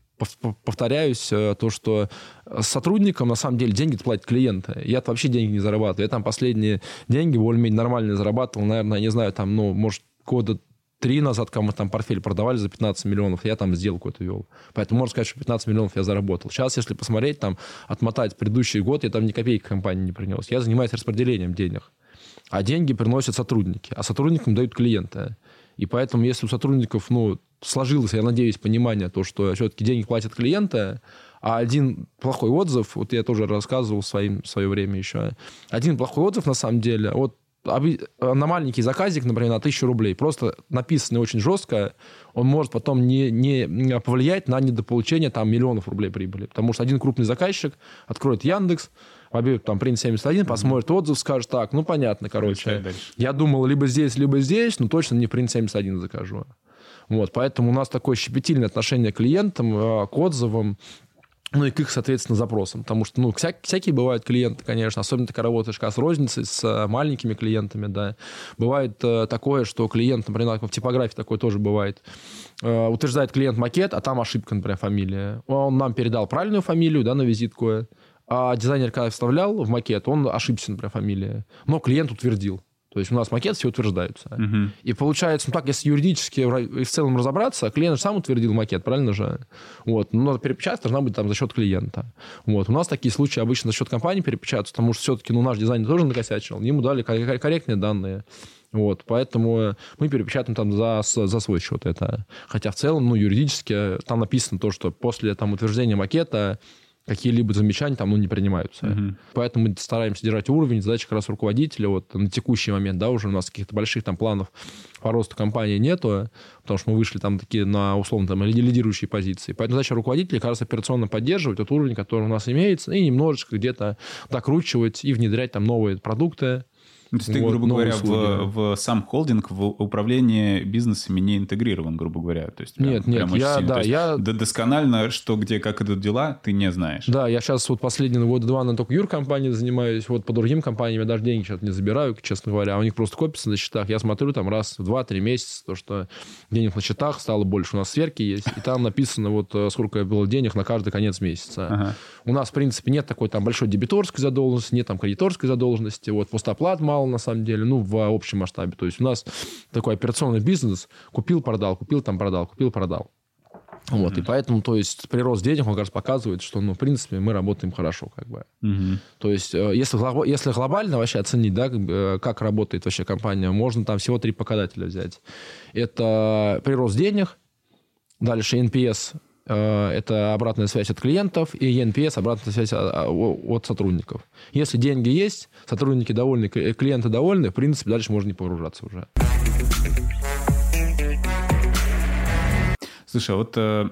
повторяюсь, то, что сотрудникам на самом деле деньги платят клиенты. Я вообще деньги не зарабатываю. Я там последние деньги более-менее нормально зарабатывал, наверное, я не знаю, там, ну, может, года три назад кому-то там портфель продавали за пятнадцать миллионов, я там сделку эту вел. Поэтому можно сказать, что пятнадцать миллионов я заработал. Сейчас, если посмотреть, там, отмотать предыдущий год, я там ни копейки компании не принес. Я занимаюсь распределением денег. А деньги приносят сотрудники, а сотрудникам дают клиенты. И поэтому, если у сотрудников, ну, сложилось, я надеюсь, понимание, то, что все-таки деньги платят клиенты, а один плохой отзыв, вот я тоже рассказывал в, своим, в свое время еще, один плохой отзыв, на самом деле, вот на маленький заказик, например, на тысячу рублей, просто написанный очень жестко, он может потом не, не, не повлиять на недополучение там, миллионов рублей прибыли. Потому что один крупный заказчик откроет Яндекс, вобьет там принт семьдесят один, mm-hmm. посмотрит отзыв, скажет, так, ну понятно, короче, я думал либо здесь, либо здесь, но точно не принт семьдесят один закажу. Вот, поэтому у нас такое щепетильное отношение к клиентам, к отзывам, ну и к их, соответственно, запросам. Потому что, ну, вся, всякие бывают клиенты, конечно. Особенно, когда работаешь с розницей, с маленькими клиентами, да. Бывает э, такое, что клиент, например, в типографии такое тоже бывает. Э, утверждает клиент макет, а там ошибка, например, фамилия. Он нам передал правильную фамилию, да, на визитку. А дизайнер, когда вставлял в макет, он ошибся, например, фамилия. Но клиент утвердил. То есть у нас макеты все утверждаются. Uh-huh. И получается, ну так, если юридически и в целом разобраться, клиент сам утвердил макет, правильно же? Вот. Но перепечатка должна быть там за счет клиента. Вот. У нас такие случаи обычно за счет компании перепечатываются, потому что все-таки ну, наш дизайнер тоже накосячил, ему дали корректные данные. Вот. Поэтому мы перепечатаем там за, за свой счет это. Хотя в целом, ну, юридически там написано то, что после там, утверждения макета какие-либо замечания там, ну, не принимаются. Uh-huh. Поэтому мы стараемся держать уровень, задача как раз руководителя. Вот на текущий момент, да, уже у нас каких-то больших там планов по росту компании нету, потому что мы вышли там такие на, условно, там, лидирующие позиции. Поэтому задача руководителя как раз операционно поддерживать тот уровень, который у нас имеется, и немножечко где-то докручивать и внедрять там новые продукты. То есть ты, вот, грубо говоря, в, в сам холдинг, в управлении бизнесами не интегрирован, грубо говоря. То есть, прям, нет, нет, прям я, да, я... досконально, что, где, как идут дела, ты не знаешь. Да, я сейчас вот последние года два на только юркомпании занимаюсь, вот по другим компаниям я даже деньги сейчас не забираю, честно говоря, а у них просто копятся на счетах. Я смотрю там раз в два-три месяца, то, что денег на счетах стало больше. У нас сверки есть, и там написано, вот сколько было денег на каждый конец месяца. Ага. У нас, в принципе, нет такой там большой дебиторской задолженности, нет там кредиторской задолженности, вот постоплат мало, на самом деле, ну, в общем масштабе. То есть у нас такой операционный бизнес. Купил, продал, купил, там, продал, купил, продал. Вот, mm-hmm. и поэтому, то есть, прирост денег, он как раз показывает, что, ну, в принципе, мы работаем хорошо, как бы. Mm-hmm. То есть, если, если глобально вообще оценить, да, как работает вообще компания, можно там всего три показателя взять. Это прирост денег, дальше эн пи эс, это обратная связь от клиентов, и и эн пи эс, обратная связь от сотрудников. Если деньги есть, сотрудники довольны, клиенты довольны, в принципе, дальше можно не погружаться уже. Слушай, а вот э,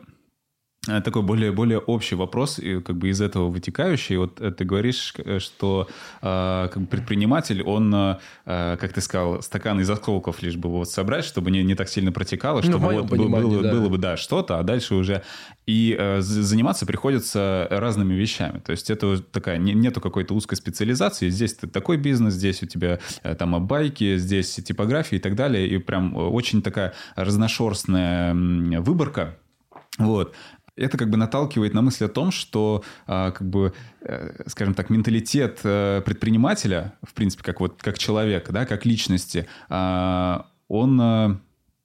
такой более, более общий вопрос, и как бы из этого вытекающий. Вот ты говоришь, что э, как бы предприниматель, он, э, как ты сказал, стакан из осколков лишь бы вот собрать, чтобы не, не так сильно протекало, ну, чтобы вот было, да. было бы да, что-то, а дальше уже... И э, заниматься приходится разными вещами. То есть это такая, не, нету какой-то узкой специализации. Здесь ты такой бизнес, здесь у тебя э, там байки, здесь типография и так далее. И прям очень такая разношерстная выборка. Вот. Это как бы наталкивает на мысль о том, что, э, как бы, э, скажем так, менталитет э, предпринимателя, в принципе, как, вот, как человека, да, как личности, э, он... Э,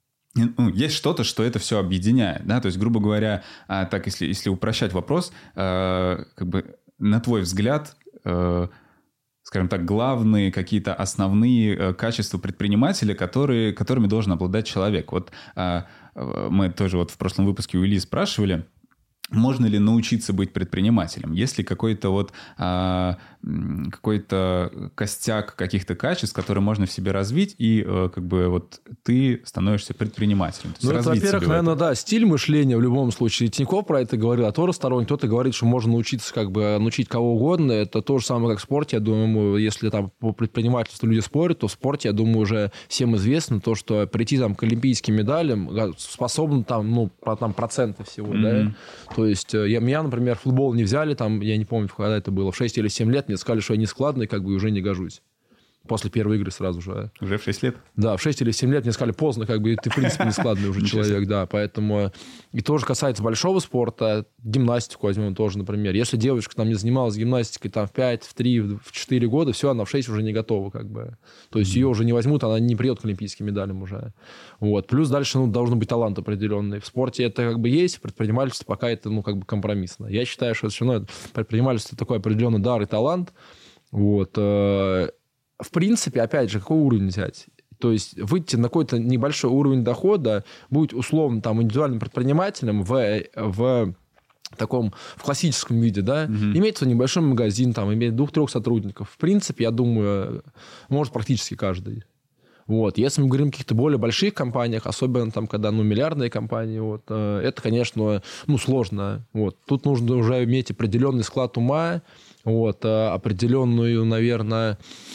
Ну, есть что-то, что это все объединяет, да, то есть, грубо говоря, так, если, если упрощать вопрос, э, как бы, на твой взгляд, э, скажем так, главные какие-то основные э, качества предпринимателя, которые, которыми должен обладать человек. Вот э, мы тоже вот в прошлом выпуске у Ильи спрашивали, можно ли научиться быть предпринимателем? Есть ли какой-то вот а, какой-то костяк каких-то качеств, которые можно в себе развить, и а, как бы вот ты становишься предпринимателем? Ну, это, во-первых, наверное, да, стиль мышления в любом случае. Тинькофф про это говорил, а Тора сторонник, кто-то говорит, что можно научиться, как бы, научить кого угодно. Это то же самое, как в спорте. Я думаю, если там по предпринимательству люди спорят, то в спорте, я думаю, уже всем известно то, что прийти там к олимпийским медалям способны там, ну, про, там проценты всего, mm-hmm. да. То есть я, меня, например, в футбол не взяли, там, я не помню, когда это было, в шесть или семь лет, мне сказали, что я нескладный, как бы уже не гожусь. После первой игры сразу же. Уже в шесть лет? Да, в шесть или семь лет мне сказали, поздно, как бы ты, в принципе, нескладный уже человек, да. Поэтому и тоже касается большого спорта, гимнастику возьмем тоже, например. Если девочка там не занималась гимнастикой там в пять, в три, в четыре года, все, она в шесть уже не готова, как бы. То есть mm-hmm. ее уже не возьмут, она не придет к олимпийским медалям уже. Вот. Плюс дальше, ну, должен быть талант определенный. В спорте это как бы есть, в предпринимательстве пока это, ну, как бы компромиссно. Я считаю, что все равно предпринимательство такой определенный дар и талант. Вот. В принципе, опять же, какой уровень взять? То есть выйти на какой-то небольшой уровень дохода, быть условно там индивидуальным предпринимателем в, в таком в классическом виде, да, mm-hmm. иметь свой небольшой магазин, там, иметь двух-трех сотрудников. В принципе, я думаю, может практически каждый. Вот. Если мы говорим о каких-то более больших компаниях, особенно там, когда, ну, миллиардные компании, вот, это, конечно, ну, сложно. Вот. Тут нужно уже иметь определенный склад ума, вот, определенную, наверное,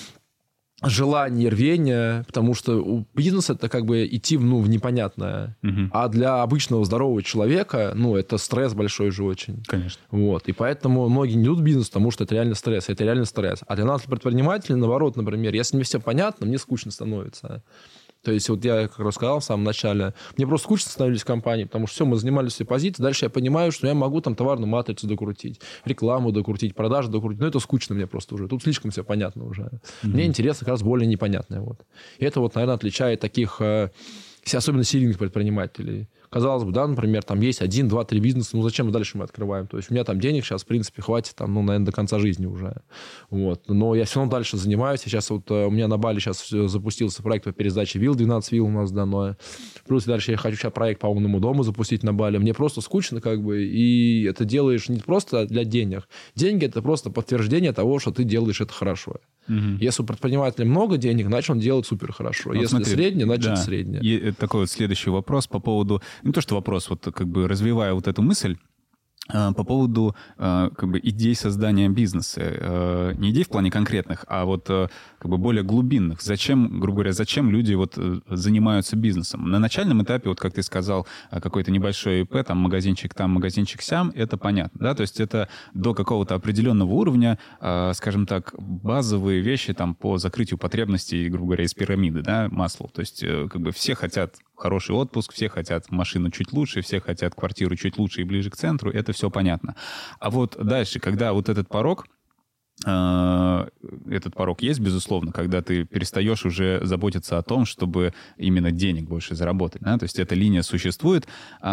желание, рвение, потому что у бизнеса это как бы идти ну, в непонятное. Угу. А для обычного здорового человека, ну, это стресс большой же очень. Конечно. Вот. И поэтому многие не идут в бизнес, потому что это реально стресс. Это реально стресс. А для нас, предпринимателей, наоборот, например, если мне все понятно, мне скучно становится. То есть, вот я, как рассказал в самом начале, мне просто скучно становились компании, потому что все, мы занимались своей позицией, дальше я понимаю, что я могу там товарную матрицу докрутить, рекламу докрутить, продажи докрутить, но это скучно мне просто уже, тут слишком все понятно уже. Mm-hmm. Мне интересно как раз более непонятное. Вот. И это вот, наверное, отличает таких, особенно серийных предпринимателей. Казалось бы, да, например, там есть один, два, три бизнеса, ну зачем дальше мы открываем? То есть у меня там денег сейчас, в принципе, хватит, там, ну, наверное, до конца жизни уже. Вот. Но я все равно дальше занимаюсь. Сейчас вот у меня на Бали сейчас запустился проект по пересдаче вилл, двенадцать вилл у нас дано. Плюс дальше я хочу сейчас проект по умному дому запустить на Бали. Мне просто скучно, как бы, и это делаешь не просто для денег. Деньги – это просто подтверждение того, что ты делаешь это хорошо. Угу. Если у предпринимателя много денег, значит, он делает супер хорошо. Вот, Если смотри, среднее, значит, да. среднее. И такой вот следующий вопрос по поводу... Не то, что вопрос, вот как бы развивая вот эту мысль, по поводу как бы идей создания бизнеса. Не идей в плане конкретных, а вот как бы более глубинных. Зачем, грубо говоря, зачем люди вот занимаются бизнесом? На начальном этапе, вот как ты сказал, какой-то небольшой ИП, там магазинчик там, магазинчик сям, это понятно, да? То есть это до какого-то определенного уровня, скажем так, базовые вещи там по закрытию потребностей, грубо говоря, из пирамиды, да, Маслоу. То есть как бы все хотят хороший отпуск, все хотят машину чуть лучше, все хотят квартиру чуть лучше и ближе к центру, это все понятно. А вот дальше, когда вот этот порог этот порог есть, безусловно, когда ты перестаешь уже заботиться о том, чтобы именно денег больше заработать. Да? То есть эта линия существует.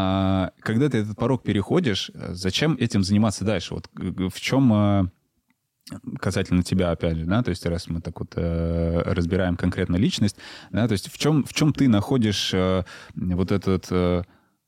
А когда ты этот порог переходишь, зачем этим заниматься дальше? Вот в чем... касательно тебя, опять же, да, то есть раз мы так вот э, разбираем конкретно личность, да, то есть в чем, в чем ты находишь э, вот этот э,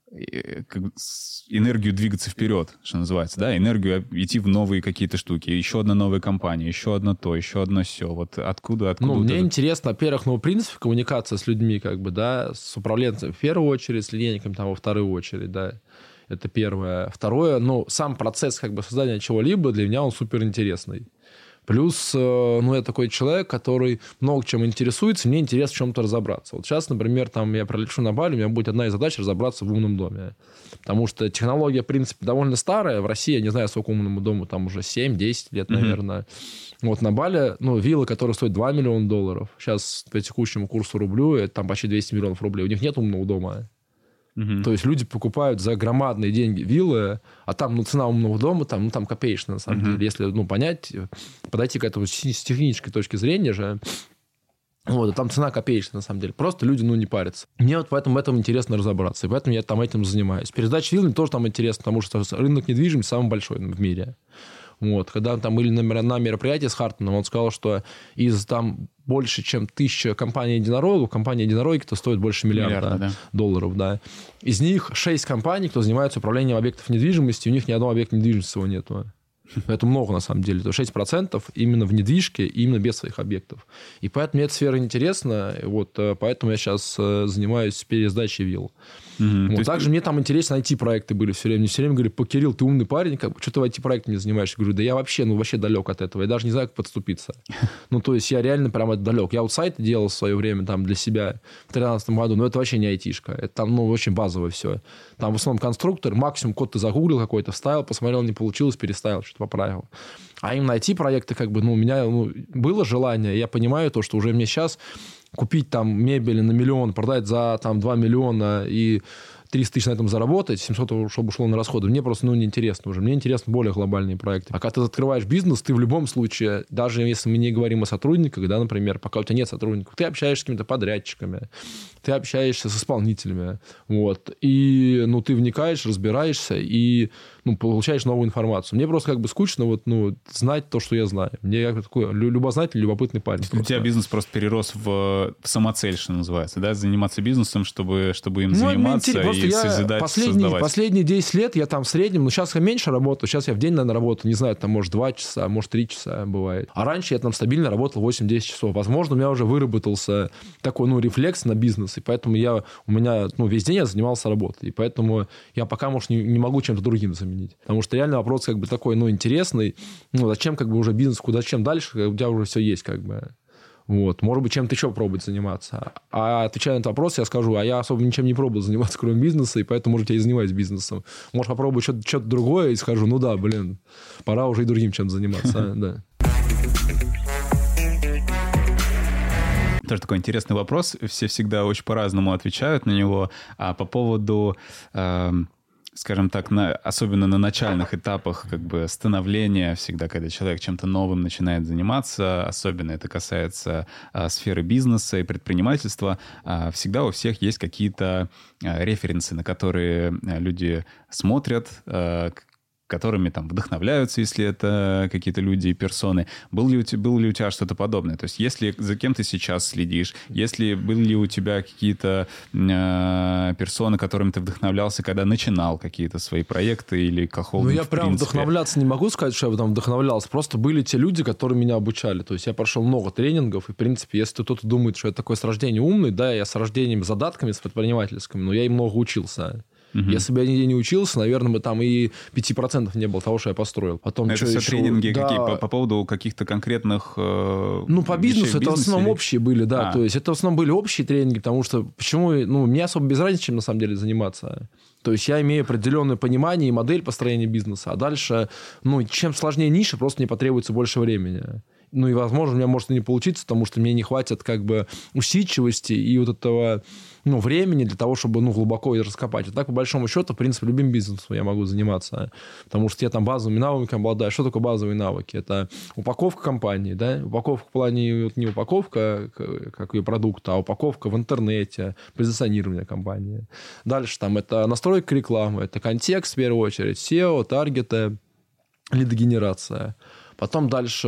как, энергию двигаться вперед, что называется, да, энергию идти в новые какие-то штуки, еще одна новая компания, еще одно то, еще одно все, вот откуда, откуда? Ну, вот мне этот... интересно, во-первых, ну, принцип коммуникации с людьми, как бы, да, с управленцем в первую очередь, с линейником там во вторую очередь, да. Это первое. Второе, ну, сам процесс как бы создания чего-либо для меня он суперинтересный. Плюс, ну, я такой человек, который много чем интересуется, мне интересно в чем-то разобраться. Вот сейчас, например, там я пролечу на Бали, у меня будет одна из задач разобраться в умном доме. Потому что технология, в принципе, довольно старая. В России, я не знаю, сколько умному дому, там уже семь-десять лет, наверное. Mm-hmm. Вот на Бали, ну, вилла, которая стоит два миллиона долларов, сейчас по текущему курсу рублю, это там почти двести миллионов рублей. У них нет умного дома. Uh-huh. То есть люди покупают за громадные деньги виллы, а там ну, цена умного дома там, ну, там копеечная, на самом uh-huh. деле. Если ну, понять, подойти к этому с технической точки зрения же, вот, а там цена копеечная, на самом деле. Просто люди ну, не парятся. Мне вот поэтому в этом интересно разобраться, и поэтому я там этим занимаюсь. Пересдача вилл тоже там интересно, потому что рынок недвижимости самый большой в мире. Вот. Когда там были на мероприятии с Хартманом, он сказал, что из там больше, чем тысяча компаний-единорогов, компании-единороги, кто стоит больше миллиарда, миллиарда да. долларов, да. Из них шесть компаний, кто занимается управлением объектов недвижимости, у них ни одного объекта недвижимости всего нету. Это много, на самом деле. То шесть процентов именно в недвижке, именно без своих объектов. И поэтому мне эта сфера интересна. Вот, поэтому я сейчас занимаюсь пересдачей вилл. Mm-hmm. Вот, также есть... мне там интересно ай ти-проекты были все время. Мне все время говорили, Кирилл, ты умный парень, как, что ты в ай ти-проектами не занимаешься? Я говорю, да я вообще, ну, вообще далек от этого. Я даже не знаю, как подступиться. Ну, то есть я реально прямо далек. Я вот сайты делал в свое время там для себя в две тысячи тринадцатом году, но это вообще не айтишка. Это там, ну, очень базовое все. Там в основном конструктор, максимум код ты загуглил какой-то, вставил, посмотрел, не получилось, переставил, что-то поправил. А именно ай ти-проекты, как бы, ну, у меня ну, было желание, я понимаю то, что уже мне сейчас купить там мебель на миллион, продать за там два миллиона и триста тысяч на этом заработать, семьсот, чтобы ушло на расходы, мне просто ну, неинтересно уже. Мне интересны более глобальные проекты. А когда ты открываешь бизнес, ты в любом случае, даже если мы не говорим о сотрудниках, да, например, пока у тебя нет сотрудников, ты общаешься с какими-то подрядчиками, ты общаешься с исполнителями, вот, и, ну, ты вникаешь, разбираешься и, ну, получаешь новую информацию. Мне просто как бы скучно вот, ну, знать то, что я знаю. Мне как бы такой любознательный, любопытный парень. У тебя бизнес просто перерос в, в самоцель, что называется, да, заниматься бизнесом, чтобы, чтобы им ну, заниматься и созидать, последние, создавать. Последние десять лет я там в среднем, ну, сейчас я меньше работаю, сейчас я в день, наверное, работаю, не знаю, там, может, два часа, может, три часа бывает. А раньше я там стабильно работал восемь-десять часов. Возможно, у меня уже выработался такой, ну, рефлекс на бизнес, и поэтому я, у меня, ну, весь день я занимался работой, и поэтому я пока, может, не, не могу чем-то другим заменить. Потому что реально вопрос как бы такой, ну, интересный. Ну, зачем как бы уже бизнес, куда, чем дальше, у тебя уже все есть как бы. Вот. Может быть, чем-то еще пробовать заниматься. А отвечая на этот вопрос, я скажу, а я особо ничем не пробовал заниматься, кроме бизнеса, и поэтому, может, я и занимаюсь бизнесом. Может, попробую что-то, что-то другое и скажу, ну да, блин, пора уже и другим чем заниматься. Да. Тоже такой интересный вопрос. Все всегда очень по-разному отвечают на него. А по поводу... Э- скажем так, на, особенно на начальных этапах как бы становления, всегда, когда человек чем-то новым начинает заниматься, особенно это касается а, сферы бизнеса и предпринимательства, а, всегда у всех есть какие-то а, референсы, на которые а, люди смотрят, а, которыми там вдохновляются, если это какие-то люди и персоны. Был ли у тебя, было ли у тебя что-то подобное? То есть если за кем ты сейчас следишь, если были ли у тебя какие-то э, персоны, которыми ты вдохновлялся, когда начинал какие-то свои проекты или кахолдинг, ну, я прям принципе? вдохновляться не могу сказать, что я там вдохновлялся. Просто были те люди, которые меня обучали. То есть я прошел много тренингов, и, в принципе, если кто-то думает, что я такой с рождения умный, да, я с рождением задатками, с предпринимательскими, но я и много учился. Угу. Если бы я нигде не учился, наверное, бы там и пяти процентов не было того, что я построил. Потом, это что все еще... тренинги да. какие? По, по поводу каких-то конкретных э, Ну, по бизнесу это в основном или... общие были, да. А. То есть это в основном были общие тренинги, потому что почему... Ну, мне особо без разницы, чем на самом деле заниматься. То есть я имею определенное понимание и модель построения бизнеса. А дальше, ну, чем сложнее ниша, просто мне потребуется больше времени. ну, и, возможно, у меня может и не получиться, потому что мне не хватит, как бы, усидчивости и вот этого, ну, времени для того, чтобы, ну, глубоко раскопать. И так, по большому счету, в принципе, любым бизнесом я могу заниматься, потому что я там базовыми навыками обладаю. Что такое базовые навыки? Это упаковка компании, да, упаковка в плане вот не упаковка, как ее продукта, а упаковка в интернете, позиционирование компании. Дальше там это настройка рекламы, это контекст, в первую очередь, сео, таргеты, лидогенерация. Потом дальше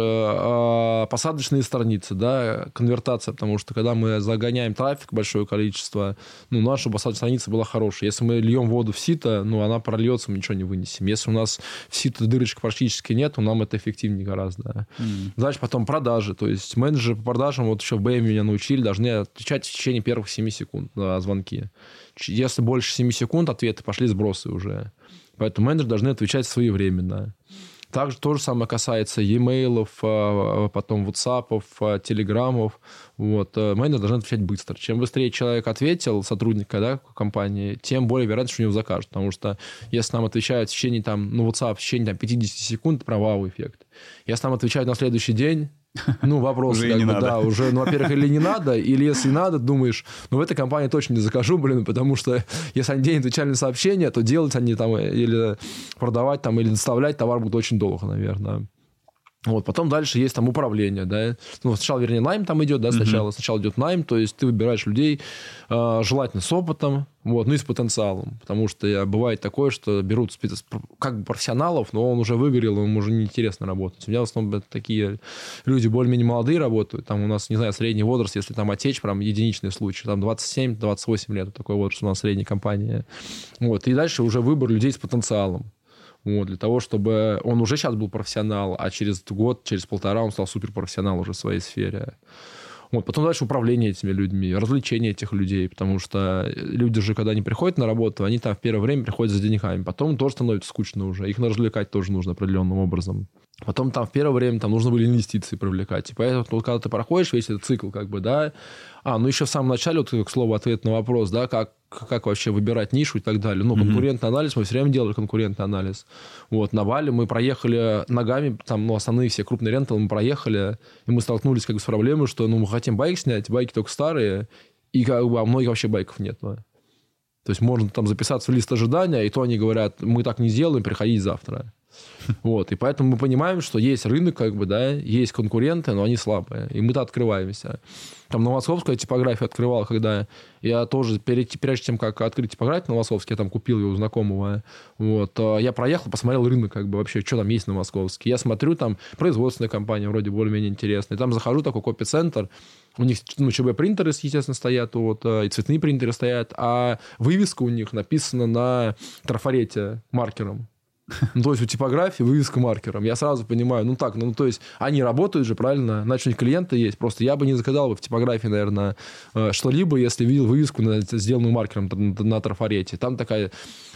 э, посадочные страницы, да, конвертация, потому что когда мы загоняем трафик, большое количество, ну, наша посадочная страница была хорошая. Если мы льем воду в сито, ну, она прольется, мы ничего не вынесем. Если у нас в сито дырочек практически нет, то нам это эффективнее гораздо. Mm. Дальше потом продажи, то есть менеджеры по продажам, вот еще в бэ эм меня научили, должны отвечать в течение первых семи секунд на звонки. Если больше семи секунд ответы, пошли сбросы уже. Поэтому менеджеры должны отвечать своевременно. Также то же самое касается e-mail'ов, потом WhatsApp'ов, телеграммов. Вот. Менеджер должен отвечать быстро. Чем быстрее человек ответил, сотрудника, да, компании, тем более вероятно, что у него закажут. Потому что если нам отвечают в течение, там, ну, WhatsApp в течение там, пятьдесят секунд, это вау-эффект. Если нам отвечают на следующий день, ну, вопрос, уже как не бы, надо. да, уже, ну, во-первых, или не надо, или если надо, думаешь, ну, в этой компании точно не закажу, блин, потому что если они день отвечали на сообщения, то делать они там или продавать там, или доставлять товар будут очень долго, наверное. Вот, потом дальше есть там управление, да. Ну, сначала, вернее, найм там идет, да, сначала. Uh-huh. Сначала идет найм, то есть ты выбираешь людей, э, желательно с опытом, вот, ну и с потенциалом. Потому что бывает такое, что берут спец... как бы профессионалов, но он уже выгорел, ему уже неинтересно работать. У меня в основном такие люди более-менее молодые работают. Там у нас, не знаю, средний возраст, если там отечь, прям единичный случай. Там двадцать семь - двадцать восемь лет, такой возраст у нас средней компании. Вот, и дальше уже выбор людей с потенциалом. Вот, для того, чтобы он уже сейчас был профессионал, а через год, через полтора он стал суперпрофессионал уже в своей сфере. Вот, потом дальше управление этими людьми, развлечение этих людей, потому что люди же, когда они приходят на работу, они там в первое время приходят за деньгами, потом тоже становится скучно уже, их развлекать тоже нужно определенным образом. Потом там в первое время там нужно были инвестиции привлекать. И поэтому, вот, когда ты проходишь весь этот цикл, как бы, да, а, ну еще в самом начале, вот, к слову, ответ на вопрос, да, как, как вообще выбирать нишу и так далее. Ну, конкурентный анализ, мы все время делали конкурентный анализ. Вот, на Бали мы проехали ногами, там, ну, основные все крупные ренталы мы проехали, и мы столкнулись как бы с проблемой, что, ну, мы хотим байк снять, байки только старые, и как бы, а многих вообще байков нет. Да. То есть можно там записаться в лист ожидания, и то они говорят, мы так не сделаем, приходите завтра. Вот, и поэтому мы понимаем, что есть рынок, как бы, да, есть конкуренты, но они слабые, и мы-то открываемся. Там Новосковская типография открывала, когда я тоже, перед, прежде чем как открыть типографию Новосковский, я там купил ее у знакомого, вот, я проехал, посмотрел рынок, как бы, вообще, что там есть в Новосковске. Я смотрю, там производственная компания вроде более-менее интересная, там захожу, такой копи-центр, у них, ну, ЧБ-принтеры, естественно, стоят, вот, и цветные принтеры стоят, а вывеска у них написана на трафарете маркером. Ну, то есть у типографии вывеска маркером. Я сразу понимаю, ну так, ну то есть они работают же, правильно? Значит, у них клиенты есть. Просто я бы не заказал бы в типографии, наверное, что-либо, если видел вывеску, сделанную маркером на, на трафарете. Там такая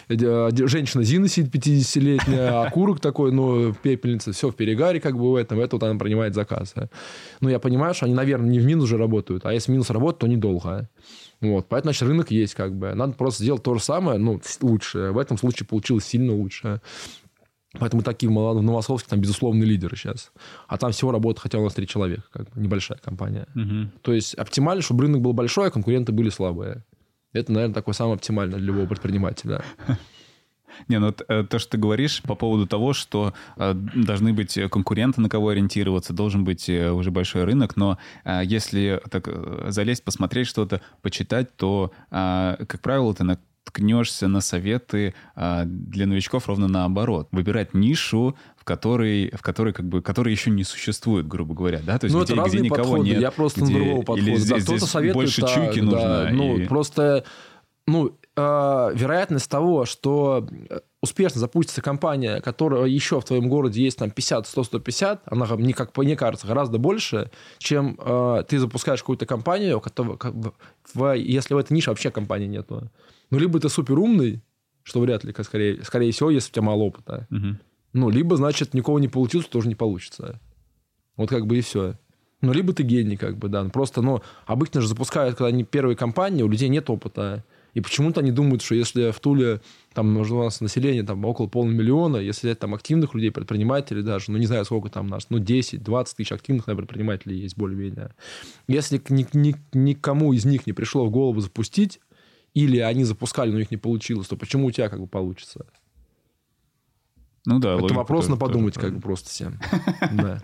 женщина Зина сидит, пятидесятилетняя, окурок такой, ну, пепельница, все в перегаре, как бы в этом. Это вот она принимает заказы. Ну, я понимаю, что они, наверное, не в минус же работают, а если в минус работают, то недолго. Вот, поэтому, значит, рынок есть, как бы. Надо просто сделать то же самое, ну, лучше. В этом случае получилось сильно лучше. Поэтому такие в Новосковске там безусловные лидеры сейчас. А там всего работает хотя у нас три человека, как бы, небольшая компания. Угу. То есть оптимально, чтобы рынок был большой, а конкуренты были слабые. Это, наверное, такое самое оптимальное для любого предпринимателя. Не, ну то, что ты говоришь по поводу того, что э, должны быть конкуренты, на кого ориентироваться, должен быть уже большой рынок, но э, если так залезть, посмотреть что-то, почитать, то, э, как правило, ты наткнешься на советы э, для новичков ровно наоборот. Выбирать нишу, в которой, в которой, как бы, которой еще не существует, грубо говоря, да? То есть ну, где, это разные где никого подходы. нет. Я просто где... на другого подхода. Или здесь, да, здесь советует, больше так, чуйки да, нужно. Ну, и... просто... Ну, э, вероятность того, что успешно запустится компания, которая еще в твоем городе есть там пятьдесят, сто, сто пятьдесят, она, мне, как мне кажется, гораздо больше, чем э, ты запускаешь какую-то компанию, которая, как бы, в, если в этой нише вообще компании нету. Ну, либо ты супер умный, что вряд ли, скорее, скорее всего, если у тебя мало опыта. Угу. Ну, либо, значит, никого не получилось, тоже не получится. Вот как бы и все. Ну, либо ты гений, как бы, да. Просто, ну, обычно же запускают, когда они первые компании, у людей нет опыта. И почему-то они думают, что если в Туле там у нас население там, около полумиллиона, если взять там активных людей, предпринимателей даже, ну, не знаю, сколько там нас, ну, десять-двадцать тысяч активных, наверное, предпринимателей есть более-менее. Если ни, ни, никому из них не пришло в голову запустить, или они запускали, но у них не получилось, то почему у тебя как бы получится? Ну да, это вопрос тоже, на подумать тоже, как бы просто всем. Да.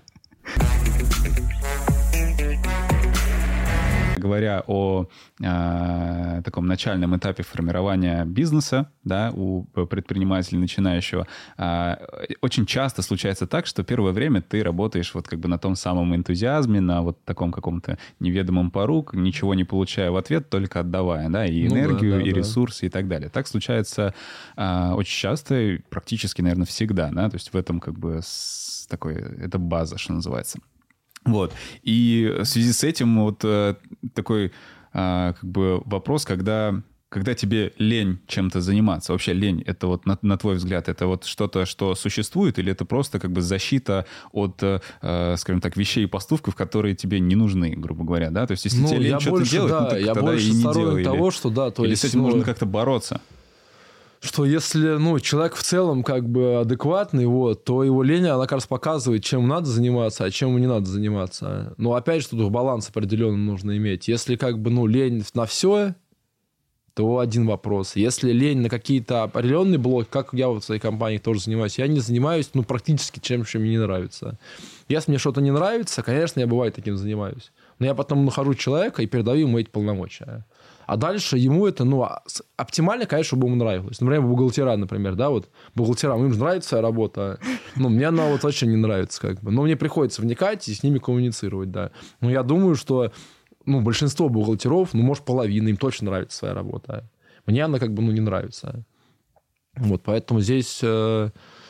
Говоря о э, таком начальном этапе формирования бизнеса, да, у предпринимателя начинающего, э, очень часто случается так, что первое время ты работаешь вот как бы на том самом энтузиазме, на вот таком каком-то неведомом пару, ничего не получая в ответ, только отдавая, да, и энергию, ну, да, да, и да. ресурсы и так далее. Так случается э, очень часто, и практически, наверное, всегда, да, то есть в этом как бы с такой, это база, что называется. Вот. И в связи с этим вот э, такой э, как бы вопрос, когда, когда тебе лень чем-то заниматься. Вообще лень, это вот на, на твой взгляд, это вот что-то, что существует, или это просто как бы защита от, э, скажем так, вещей и поступков, которые тебе не нужны, грубо говоря, да? То есть если ну, тебе лень что-то делать, да, ну, так я тогда больше и не сторонник делай. того, или, что да, то или есть, с этим ну... можно как-то бороться. Что если, ну, человек в целом как бы адекватный, вот, то его лень, она как раз показывает, чем надо заниматься, а чем не надо заниматься. Но опять же, тут баланс определенно нужно иметь. Если как бы, ну, лень на все, то один вопрос. Если лень на какие-то определенные блоки, как я вот в своей компании тоже занимаюсь, я не занимаюсь, ну, практически чем, чем мне не нравится. Если мне что-то не нравится, конечно, я бывает таким занимаюсь. Но я потом нахожу человека и передаю ему эти полномочия. А дальше ему это, ну, оптимально, конечно, чтобы ему нравилось. Например, бухгалтера, например, да, вот бухгалтерам, им же нравится своя работа, ну, мне она вот вообще не нравится, как бы. Но мне приходится вникать и с ними коммуницировать, да. Но я думаю, что, ну, большинство бухгалтеров, ну, может, половина, им точно нравится своя работа. Мне она, как бы, ну, не нравится. Вот, поэтому здесь... Э-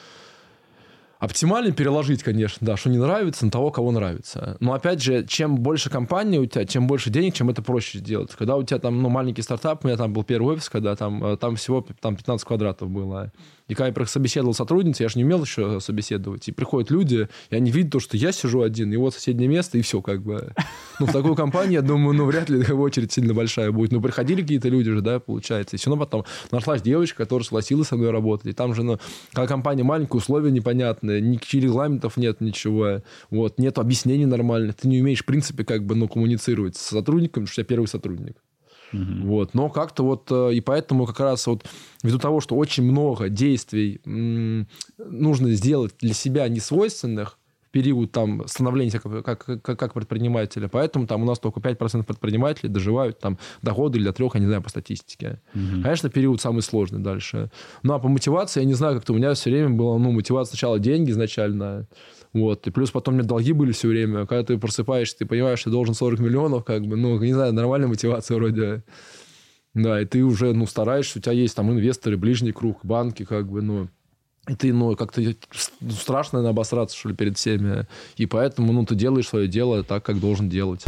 Оптимально переложить, конечно, да, что не нравится, на того, кого нравится. Но, опять же, чем больше компаний у тебя, чем больше денег, чем это проще сделать. Когда у тебя там, ну, маленький стартап, у меня там был первый офис, когда там, там всего там пятнадцать квадратов было. И когда я собеседовал сотрудницу, я же не умел еще собеседовать. И приходят люди, и они видят то, что я сижу один, и вот соседнее место, и все как бы. Ну, в такую компанию, я думаю, ну, вряд ли очередь сильно большая будет. Ну, приходили какие-то люди же, да, получается. И все равно потом нашлась девочка, которая согласилась со мной работать. И там же, ну, когда компания маленькая, условия непонятные, никаких регламентов нет, ничего. Вот, нет объяснений нормальных. Ты не умеешь, в принципе, как бы, ну, коммуницировать с сотрудником, потому что я первый сотрудник. Uh-huh. Вот. Но как-то вот... И поэтому как раз вот ввиду того, что очень много действий м- нужно сделать для себя несвойственных в период там, становления как, как, как, как предпринимателя, поэтому там у нас только пять процентов предпринимателей доживают там до года или до трех, я не знаю, по статистике. Uh-huh. Конечно, период самый сложный дальше. Ну, а по мотивации, я не знаю, как-то у меня все время было, ну, мотивация сначала деньги изначально. Вот. И плюс потом у меня долги были все время. Когда ты просыпаешься, ты понимаешь, что ты должен сорок миллионов, как бы, ну, не знаю, нормальная мотивация вроде. Да, и ты уже, ну, стараешься, у тебя есть там инвесторы, ближний круг, банки, как бы, ну, и ты, ну, как-то страшно, наверное, обосраться, что ли, перед всеми. И поэтому, ну, ты делаешь свое дело так, как должен делать.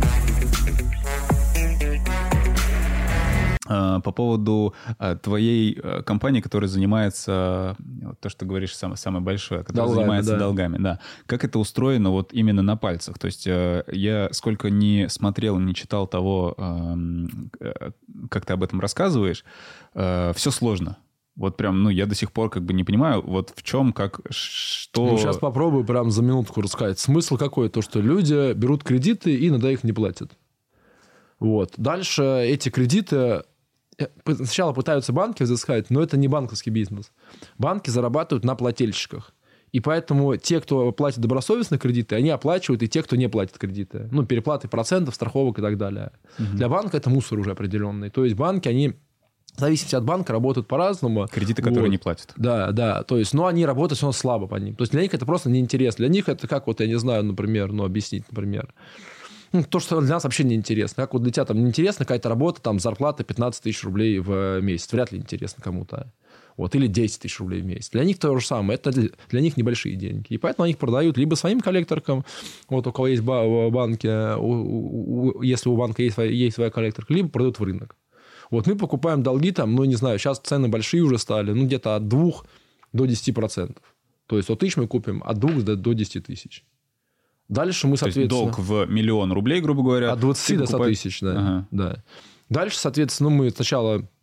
По поводу твоей компании, которая занимается, вот то, что ты говоришь, самое, самое большое, которая долгами, занимается да. долгами, да. Как это устроено вот именно на пальцах? То есть я сколько не смотрел, не читал того, как ты об этом рассказываешь, все сложно. Вот прям, ну, я до сих пор как бы не понимаю, вот в чем, как, что... Ну, сейчас попробую прям за минутку рассказать. Смысл какой? То, что люди берут кредиты и иногда их не платят. Вот. Дальше эти кредиты... Сначала пытаются банки взыскать, но это не банковский бизнес. Банки зарабатывают на плательщиках. И поэтому те, кто платит добросовестно кредиты, они оплачивают и те, кто не платит кредиты. Ну, переплаты процентов, страховок и так далее. Угу. Для банка это мусор уже определенный. То есть банки, они... В зависимости от банка работают по-разному. Кредиты, которые вот. не платят. Да, да. То есть, но они работают все равно слабо по ним. То есть, для них это просто неинтересно. Для них это как, вот я не знаю, например, ну, объяснить, например... Ну, то, что для нас вообще не интересно. Как вот для тебя там неинтересна какая-то работа, там зарплата пятнадцать тысяч рублей в месяц. Вряд ли интересно кому-то. Вот. Или десять тысяч рублей в месяц. Для них то же самое. Это для, для них небольшие деньги. И поэтому они их продают либо своим коллекторкам, вот у кого есть банки, у, у, если у банка есть, есть своя коллекторка, либо продают в рынок. Вот мы покупаем долги там, ну, не знаю, сейчас цены большие уже стали, ну, где-то от двух до десяти процентов. То есть, от тысяч мы купим от двух до, до десяти тысяч. Дальше мы, соответственно... То есть долг в миллион рублей, грубо говоря. От двадцати до ста тысяч, да. Ага. да. Дальше, соответственно, мы сначала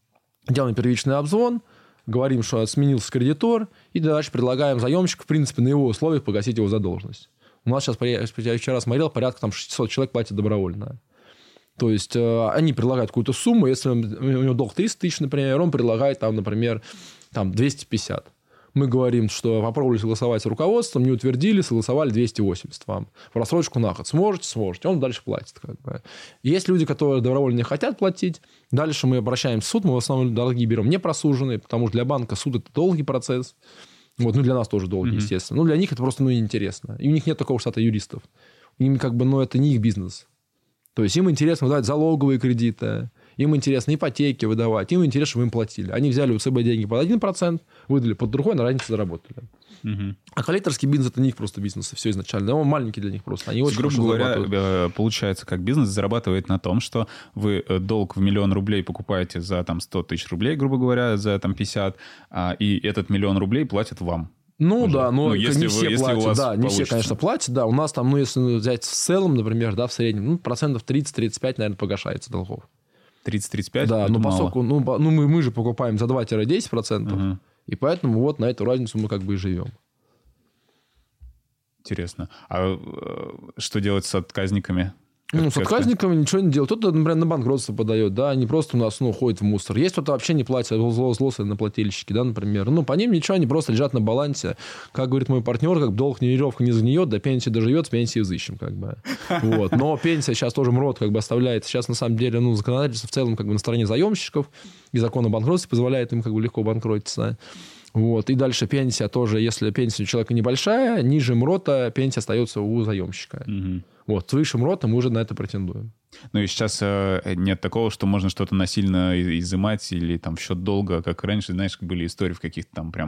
делаем первичный обзвон, говорим, что сменился кредитор, и дальше предлагаем заемщику, в принципе, на его условиях погасить его задолженность. У нас сейчас, я вчера смотрел, порядка там шестьсот человек платят добровольно. То есть, э, они предлагают какую-то сумму, если у него долг триста тысяч, например, он предлагает, там, например, там, двести пятьдесят. Мы говорим, что попробовали согласовать с руководством, не утвердили, согласовали двести восемьдесят вам. В рассрочку на год. Сможете? Сможете. Он дальше платит. Как бы. Есть люди, которые добровольно не хотят платить. Дальше мы обращаемся в суд. Мы в основном долги берем не просуженные, потому что для банка суд – это долгий процесс. Вот, ну, для нас тоже долгий, mm-hmm. естественно. Ну, для них это просто ну, неинтересно. И у них нет такого штата юристов. Им как бы, ну, это не их бизнес. То есть, им интересно выдавать залоговые кредиты, им интересно ипотеки выдавать, им интересно, чтобы им платили. Они взяли у ЦБ деньги под один процент, выдали под другой, на разницу заработали. Угу. А коллекторский бизнес – это не их просто бизнес, все изначально. Он маленький для них просто. Они очень грубо говоря, получается, как бизнес зарабатывает на том, что вы долг в миллион рублей покупаете за там, сто тысяч рублей, грубо говоря, за там, пятьдесят, и этот миллион рублей платят вам. Ну уже. Да, но ну, если не вы, все если платят, у вас да, не получится. все, конечно, платят, да. У нас там, ну, если взять в целом, например, да, в среднем, ну, процентов тридцать-тридцать пять, наверное, погашается долгов. тридцать-тридцать пять? Да, это но мало. поскольку, ну, ну мы, мы же покупаем за два-десять процентов, угу. и поэтому вот на эту разницу мы как бы и живем. Интересно. А что делать с отказниками? Ну, с отказниками ничего не делают. Кто-то, например, на банкротство подает, да, они просто у нас, ну, ходят в мусор. Есть кто-то вообще не платят, злостные плательщики, да, например. Ну, по ним ничего, они просто лежат на балансе. Как говорит мой партнер, как долг не веревка не загниет, до пенсии доживет, с пенсии взыщем, как бы. Вот. Но пенсия сейчас тоже МРОТ как бы оставляет. Сейчас, на самом деле, ну, законодательство в целом как бы на стороне заемщиков, и закон о банкротстве позволяет им как бы легко банкротиться. Вот. И дальше пенсия тоже, если пенсия у человека небольшая, ниже МРОТа пенсия остается у заемщика. Угу. Вот, с высшим МРОТом мы уже на это претендуем. Ну и сейчас э, нет такого, что можно что-то насильно изымать или там в счет долга, как раньше, знаешь, были истории в каких-то там прям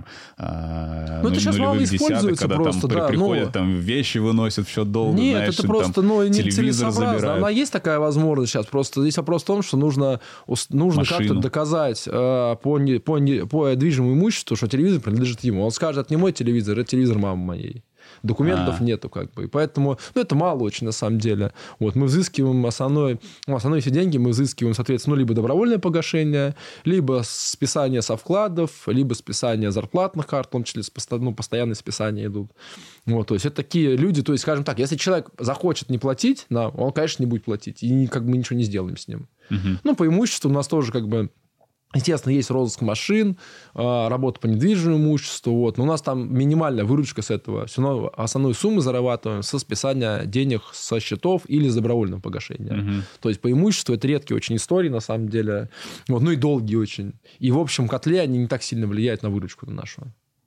э, ну, это сейчас мало используется когда просто, там да, приходят, но... там вещи выносят в счет долга, Нет, знаешь, это просто, там, ну, телевизор забирают. Она есть такая возможность сейчас, просто здесь вопрос в том, что нужно, нужно как-то доказать э, по, по, по движимому имуществу, что телевизор принадлежит ему. Он скажет, это не мой телевизор, это телевизор мамы моей. Документов А-а-а. нету, как бы. И поэтому, ну, это мало очень, на самом деле. Вот, мы взыскиваем основной, ну, основные все деньги мы взыскиваем, соответственно, ну, либо добровольное погашение, либо списание со вкладов, либо списание зарплатных карт, в том числе ну, постоянные списания идут. Вот, то есть, это такие люди, то есть, скажем так, если человек захочет не платить, да, он, конечно, не будет платить, и как бы мы ничего не сделаем с ним. Угу. Ну, по имуществу у нас тоже, как бы, естественно, есть розыск машин, работа по недвижимому имуществу. Вот. Но у нас там минимальная выручка с этого. Все равно основную сумму зарабатываем со списания денег со счетов или с добровольного погашения. Угу. То есть, по имуществу это редкие очень истории, на самом деле. Вот. Ну и долгие очень. И в общем котле они не так сильно влияют на выручку на нашу.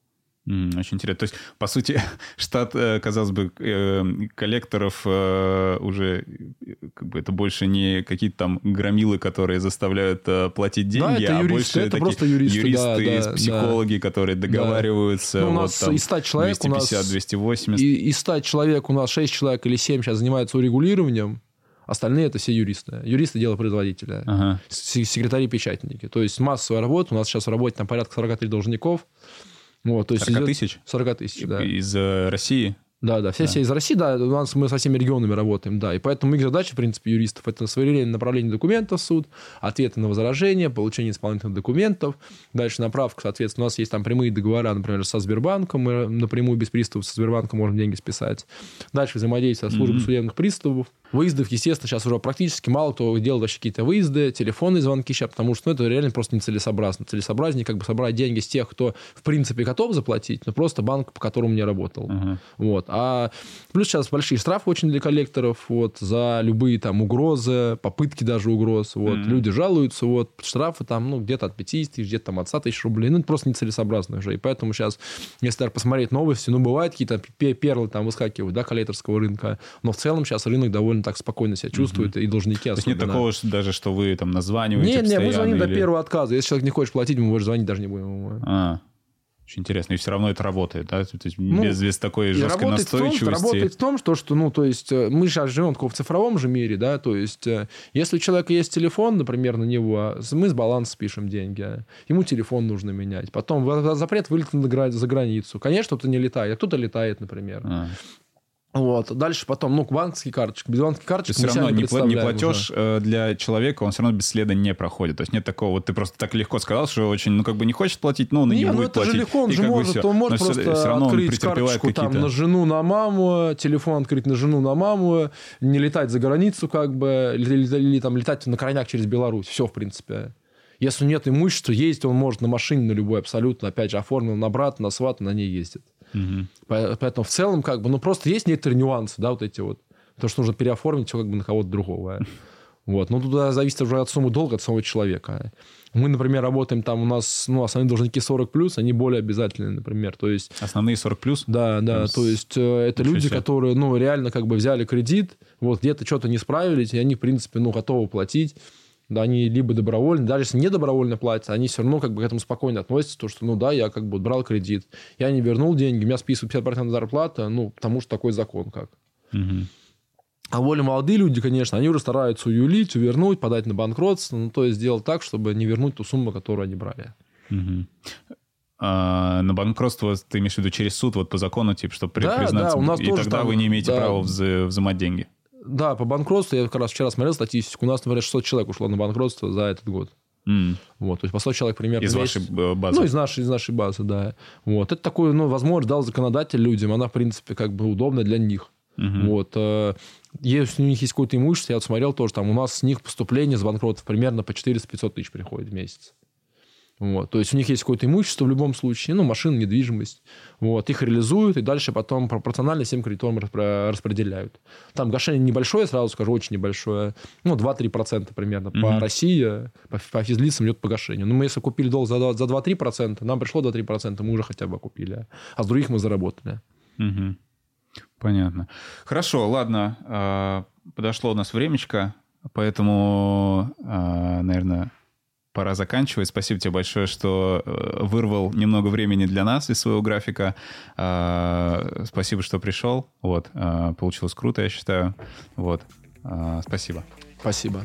Mm, очень интересно. То есть, по сути, штат, казалось бы, коллекторов уже как бы это больше не какие-то там громилы, которые заставляют платить деньги, да, а юристы, больше это такие просто юристы, юристы, да, психологи, да. которые договариваются. Да. Ну, у вот, нас там, из ста человек двести пятьдесят, двести восемьдесят. И, из ста человек у нас шесть человек или семь сейчас занимаются урегулированием. Остальные – это все юристы. Юристы – делопроизводителя. Ага. Секретари-печатники. То есть, массовая работа. У нас сейчас в работе там порядка сорок три должников. Вот, то есть сорок тысяч? сорок тысяч, да. Из э, России? Да, да, все, да. все из России, да, у нас мы со всеми регионами работаем, да, и поэтому их задача, в принципе, юристов, это своевременное направление документов в суд, ответы на возражения, получение исполнительных документов, дальше направка, соответственно, у нас есть там прямые договора, например, со Сбербанком, мы напрямую без приставов со Сбербанком можем деньги списать, дальше взаимодействие со службой mm-hmm. судебных приставов, выездов, естественно, сейчас уже практически мало кто делает вообще какие-то выезды, телефонные звонки сейчас, потому что ну, это реально просто нецелесообразно. Целесообразнее как бы собрать деньги с тех, кто, в принципе, готов заплатить, но просто банк, по которому не работал. Uh-huh. Вот. А плюс сейчас большие штрафы очень для коллекторов вот, за любые там угрозы, попытки даже угроз. Вот. Uh-huh. Люди жалуются, вот, штрафы там, ну, где-то от пятьдесят тысяч, где-то там от ста тысяч рублей. Ну, это просто нецелесообразно уже. И поэтому сейчас, если даже посмотреть новости, ну, бывают какие-то перлы там выскакивают, да, коллекторского рынка, но в целом сейчас рынок довольно так спокойно себя чувствуют, mm-hmm. и должники особенно. То есть нет такого даже, что вы там названиваете Нет, нет, мы звоним или... до первого отказа. Если человек не хочет платить, мы больше звонить даже не будем. А, очень интересно. И все равно это работает, да? То есть ну, без, без такой жесткой настойчивости. В том, работает в том, что, что, ну, то есть, мы сейчас живем в цифровом же мире, да, то есть, если у человека есть телефон, например, на него, мы с баланса пишем деньги, ему телефон нужно менять. Потом запрет вылет за границу. Конечно, кто-то не летает, а кто-то летает, например. А. Вот. Дальше потом, ну, банковские карточки. Без банковских карточек все равно не, не платеж уже. Для человека, он все равно бесследно не проходит. То есть нет такого, вот ты просто так легко сказал, что очень, ну, как бы не хочет платить, но он не, не будет платить. Не, ну это же легко, он же может, все. он может но просто все равно открыть карточку там на жену, на маму, телефон открыть на жену, на маму, не летать за границу как бы, или, или, или там летать на крайняк через Беларусь. Все, в принципе. Если нет имущества, ездить он может на машине, на любой абсолютно. Опять же, оформил на брата, на свата, на ней ездит. Угу. Поэтому в целом, как бы, ну, просто есть некоторые нюансы, да, вот эти вот. То, что нужно переоформить все как бы на кого-то другого. Вот. Но туда зависит уже от суммы долга, от самого человека. Мы, например, работаем там, у нас, ну, основные должники сорок плюс, они более обязательные, например. То есть... Основные сорок плюс? Да, да. То есть это люди, которые, ну, реально как бы взяли кредит, вот, где-то что-то не справились, и они, в принципе, ну, готовы платить. Да, они либо добровольно, даже если не добровольно платят, они все равно как бы к этому спокойно относятся, то, что, ну да, я как бы брал кредит, я не вернул деньги, у меня списывают пятьдесят процентов зарплаты, ну, потому что такой закон как. Угу. А более молодые люди, конечно, они уже стараются уюлить, увернуть, подать на банкротство, ну, то есть сделать так, чтобы не вернуть ту сумму, которую они брали. Угу. А на банкротство ты имеешь в виду через суд, вот по закону, типа, чтобы да, признаться, да, у нас и тоже тогда там, вы не имеете да. права вз- взимать деньги? Да, по банкротству, я как раз вчера смотрел статистику, у нас, например, шестьсот человек ушло на банкротство за этот год. Mm. Вот, то есть по сто человек примерно. Из месяц. вашей базы? Ну, из нашей, из нашей базы, да. Вот. Это такую, ну, возможность дал законодатель людям, она, в принципе, как бы удобна для них. Mm-hmm. Вот. Если у них есть какое-то имущество, я вот смотрел тоже, там у нас с них поступление с банкротов примерно по четыреста-пятьсот тысяч приходит в месяц. Вот. То есть у них есть какое-то имущество в любом случае, ну, машина, недвижимость. Вот. Их реализуют, и дальше потом пропорционально всем кредиторам распределяют. Там гашение небольшое, сразу скажу, очень небольшое. Ну, два-три процента примерно. Mm-hmm. По России, по, по физлицам идет погашение. Но мы если купили долг за, за два-три процента, нам пришло два-три процента, мы уже хотя бы окупили. А с других мы заработали. Mm-hmm. Понятно. Хорошо, ладно. Подошло у нас времечко, поэтому, наверное... Пора заканчивать. Спасибо тебе большое, что вырвал немного времени для нас из своего графика. Спасибо, что пришел. Вот. Получилось круто, я считаю. Вот. Спасибо. Спасибо.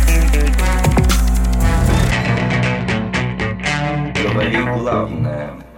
Говори главное.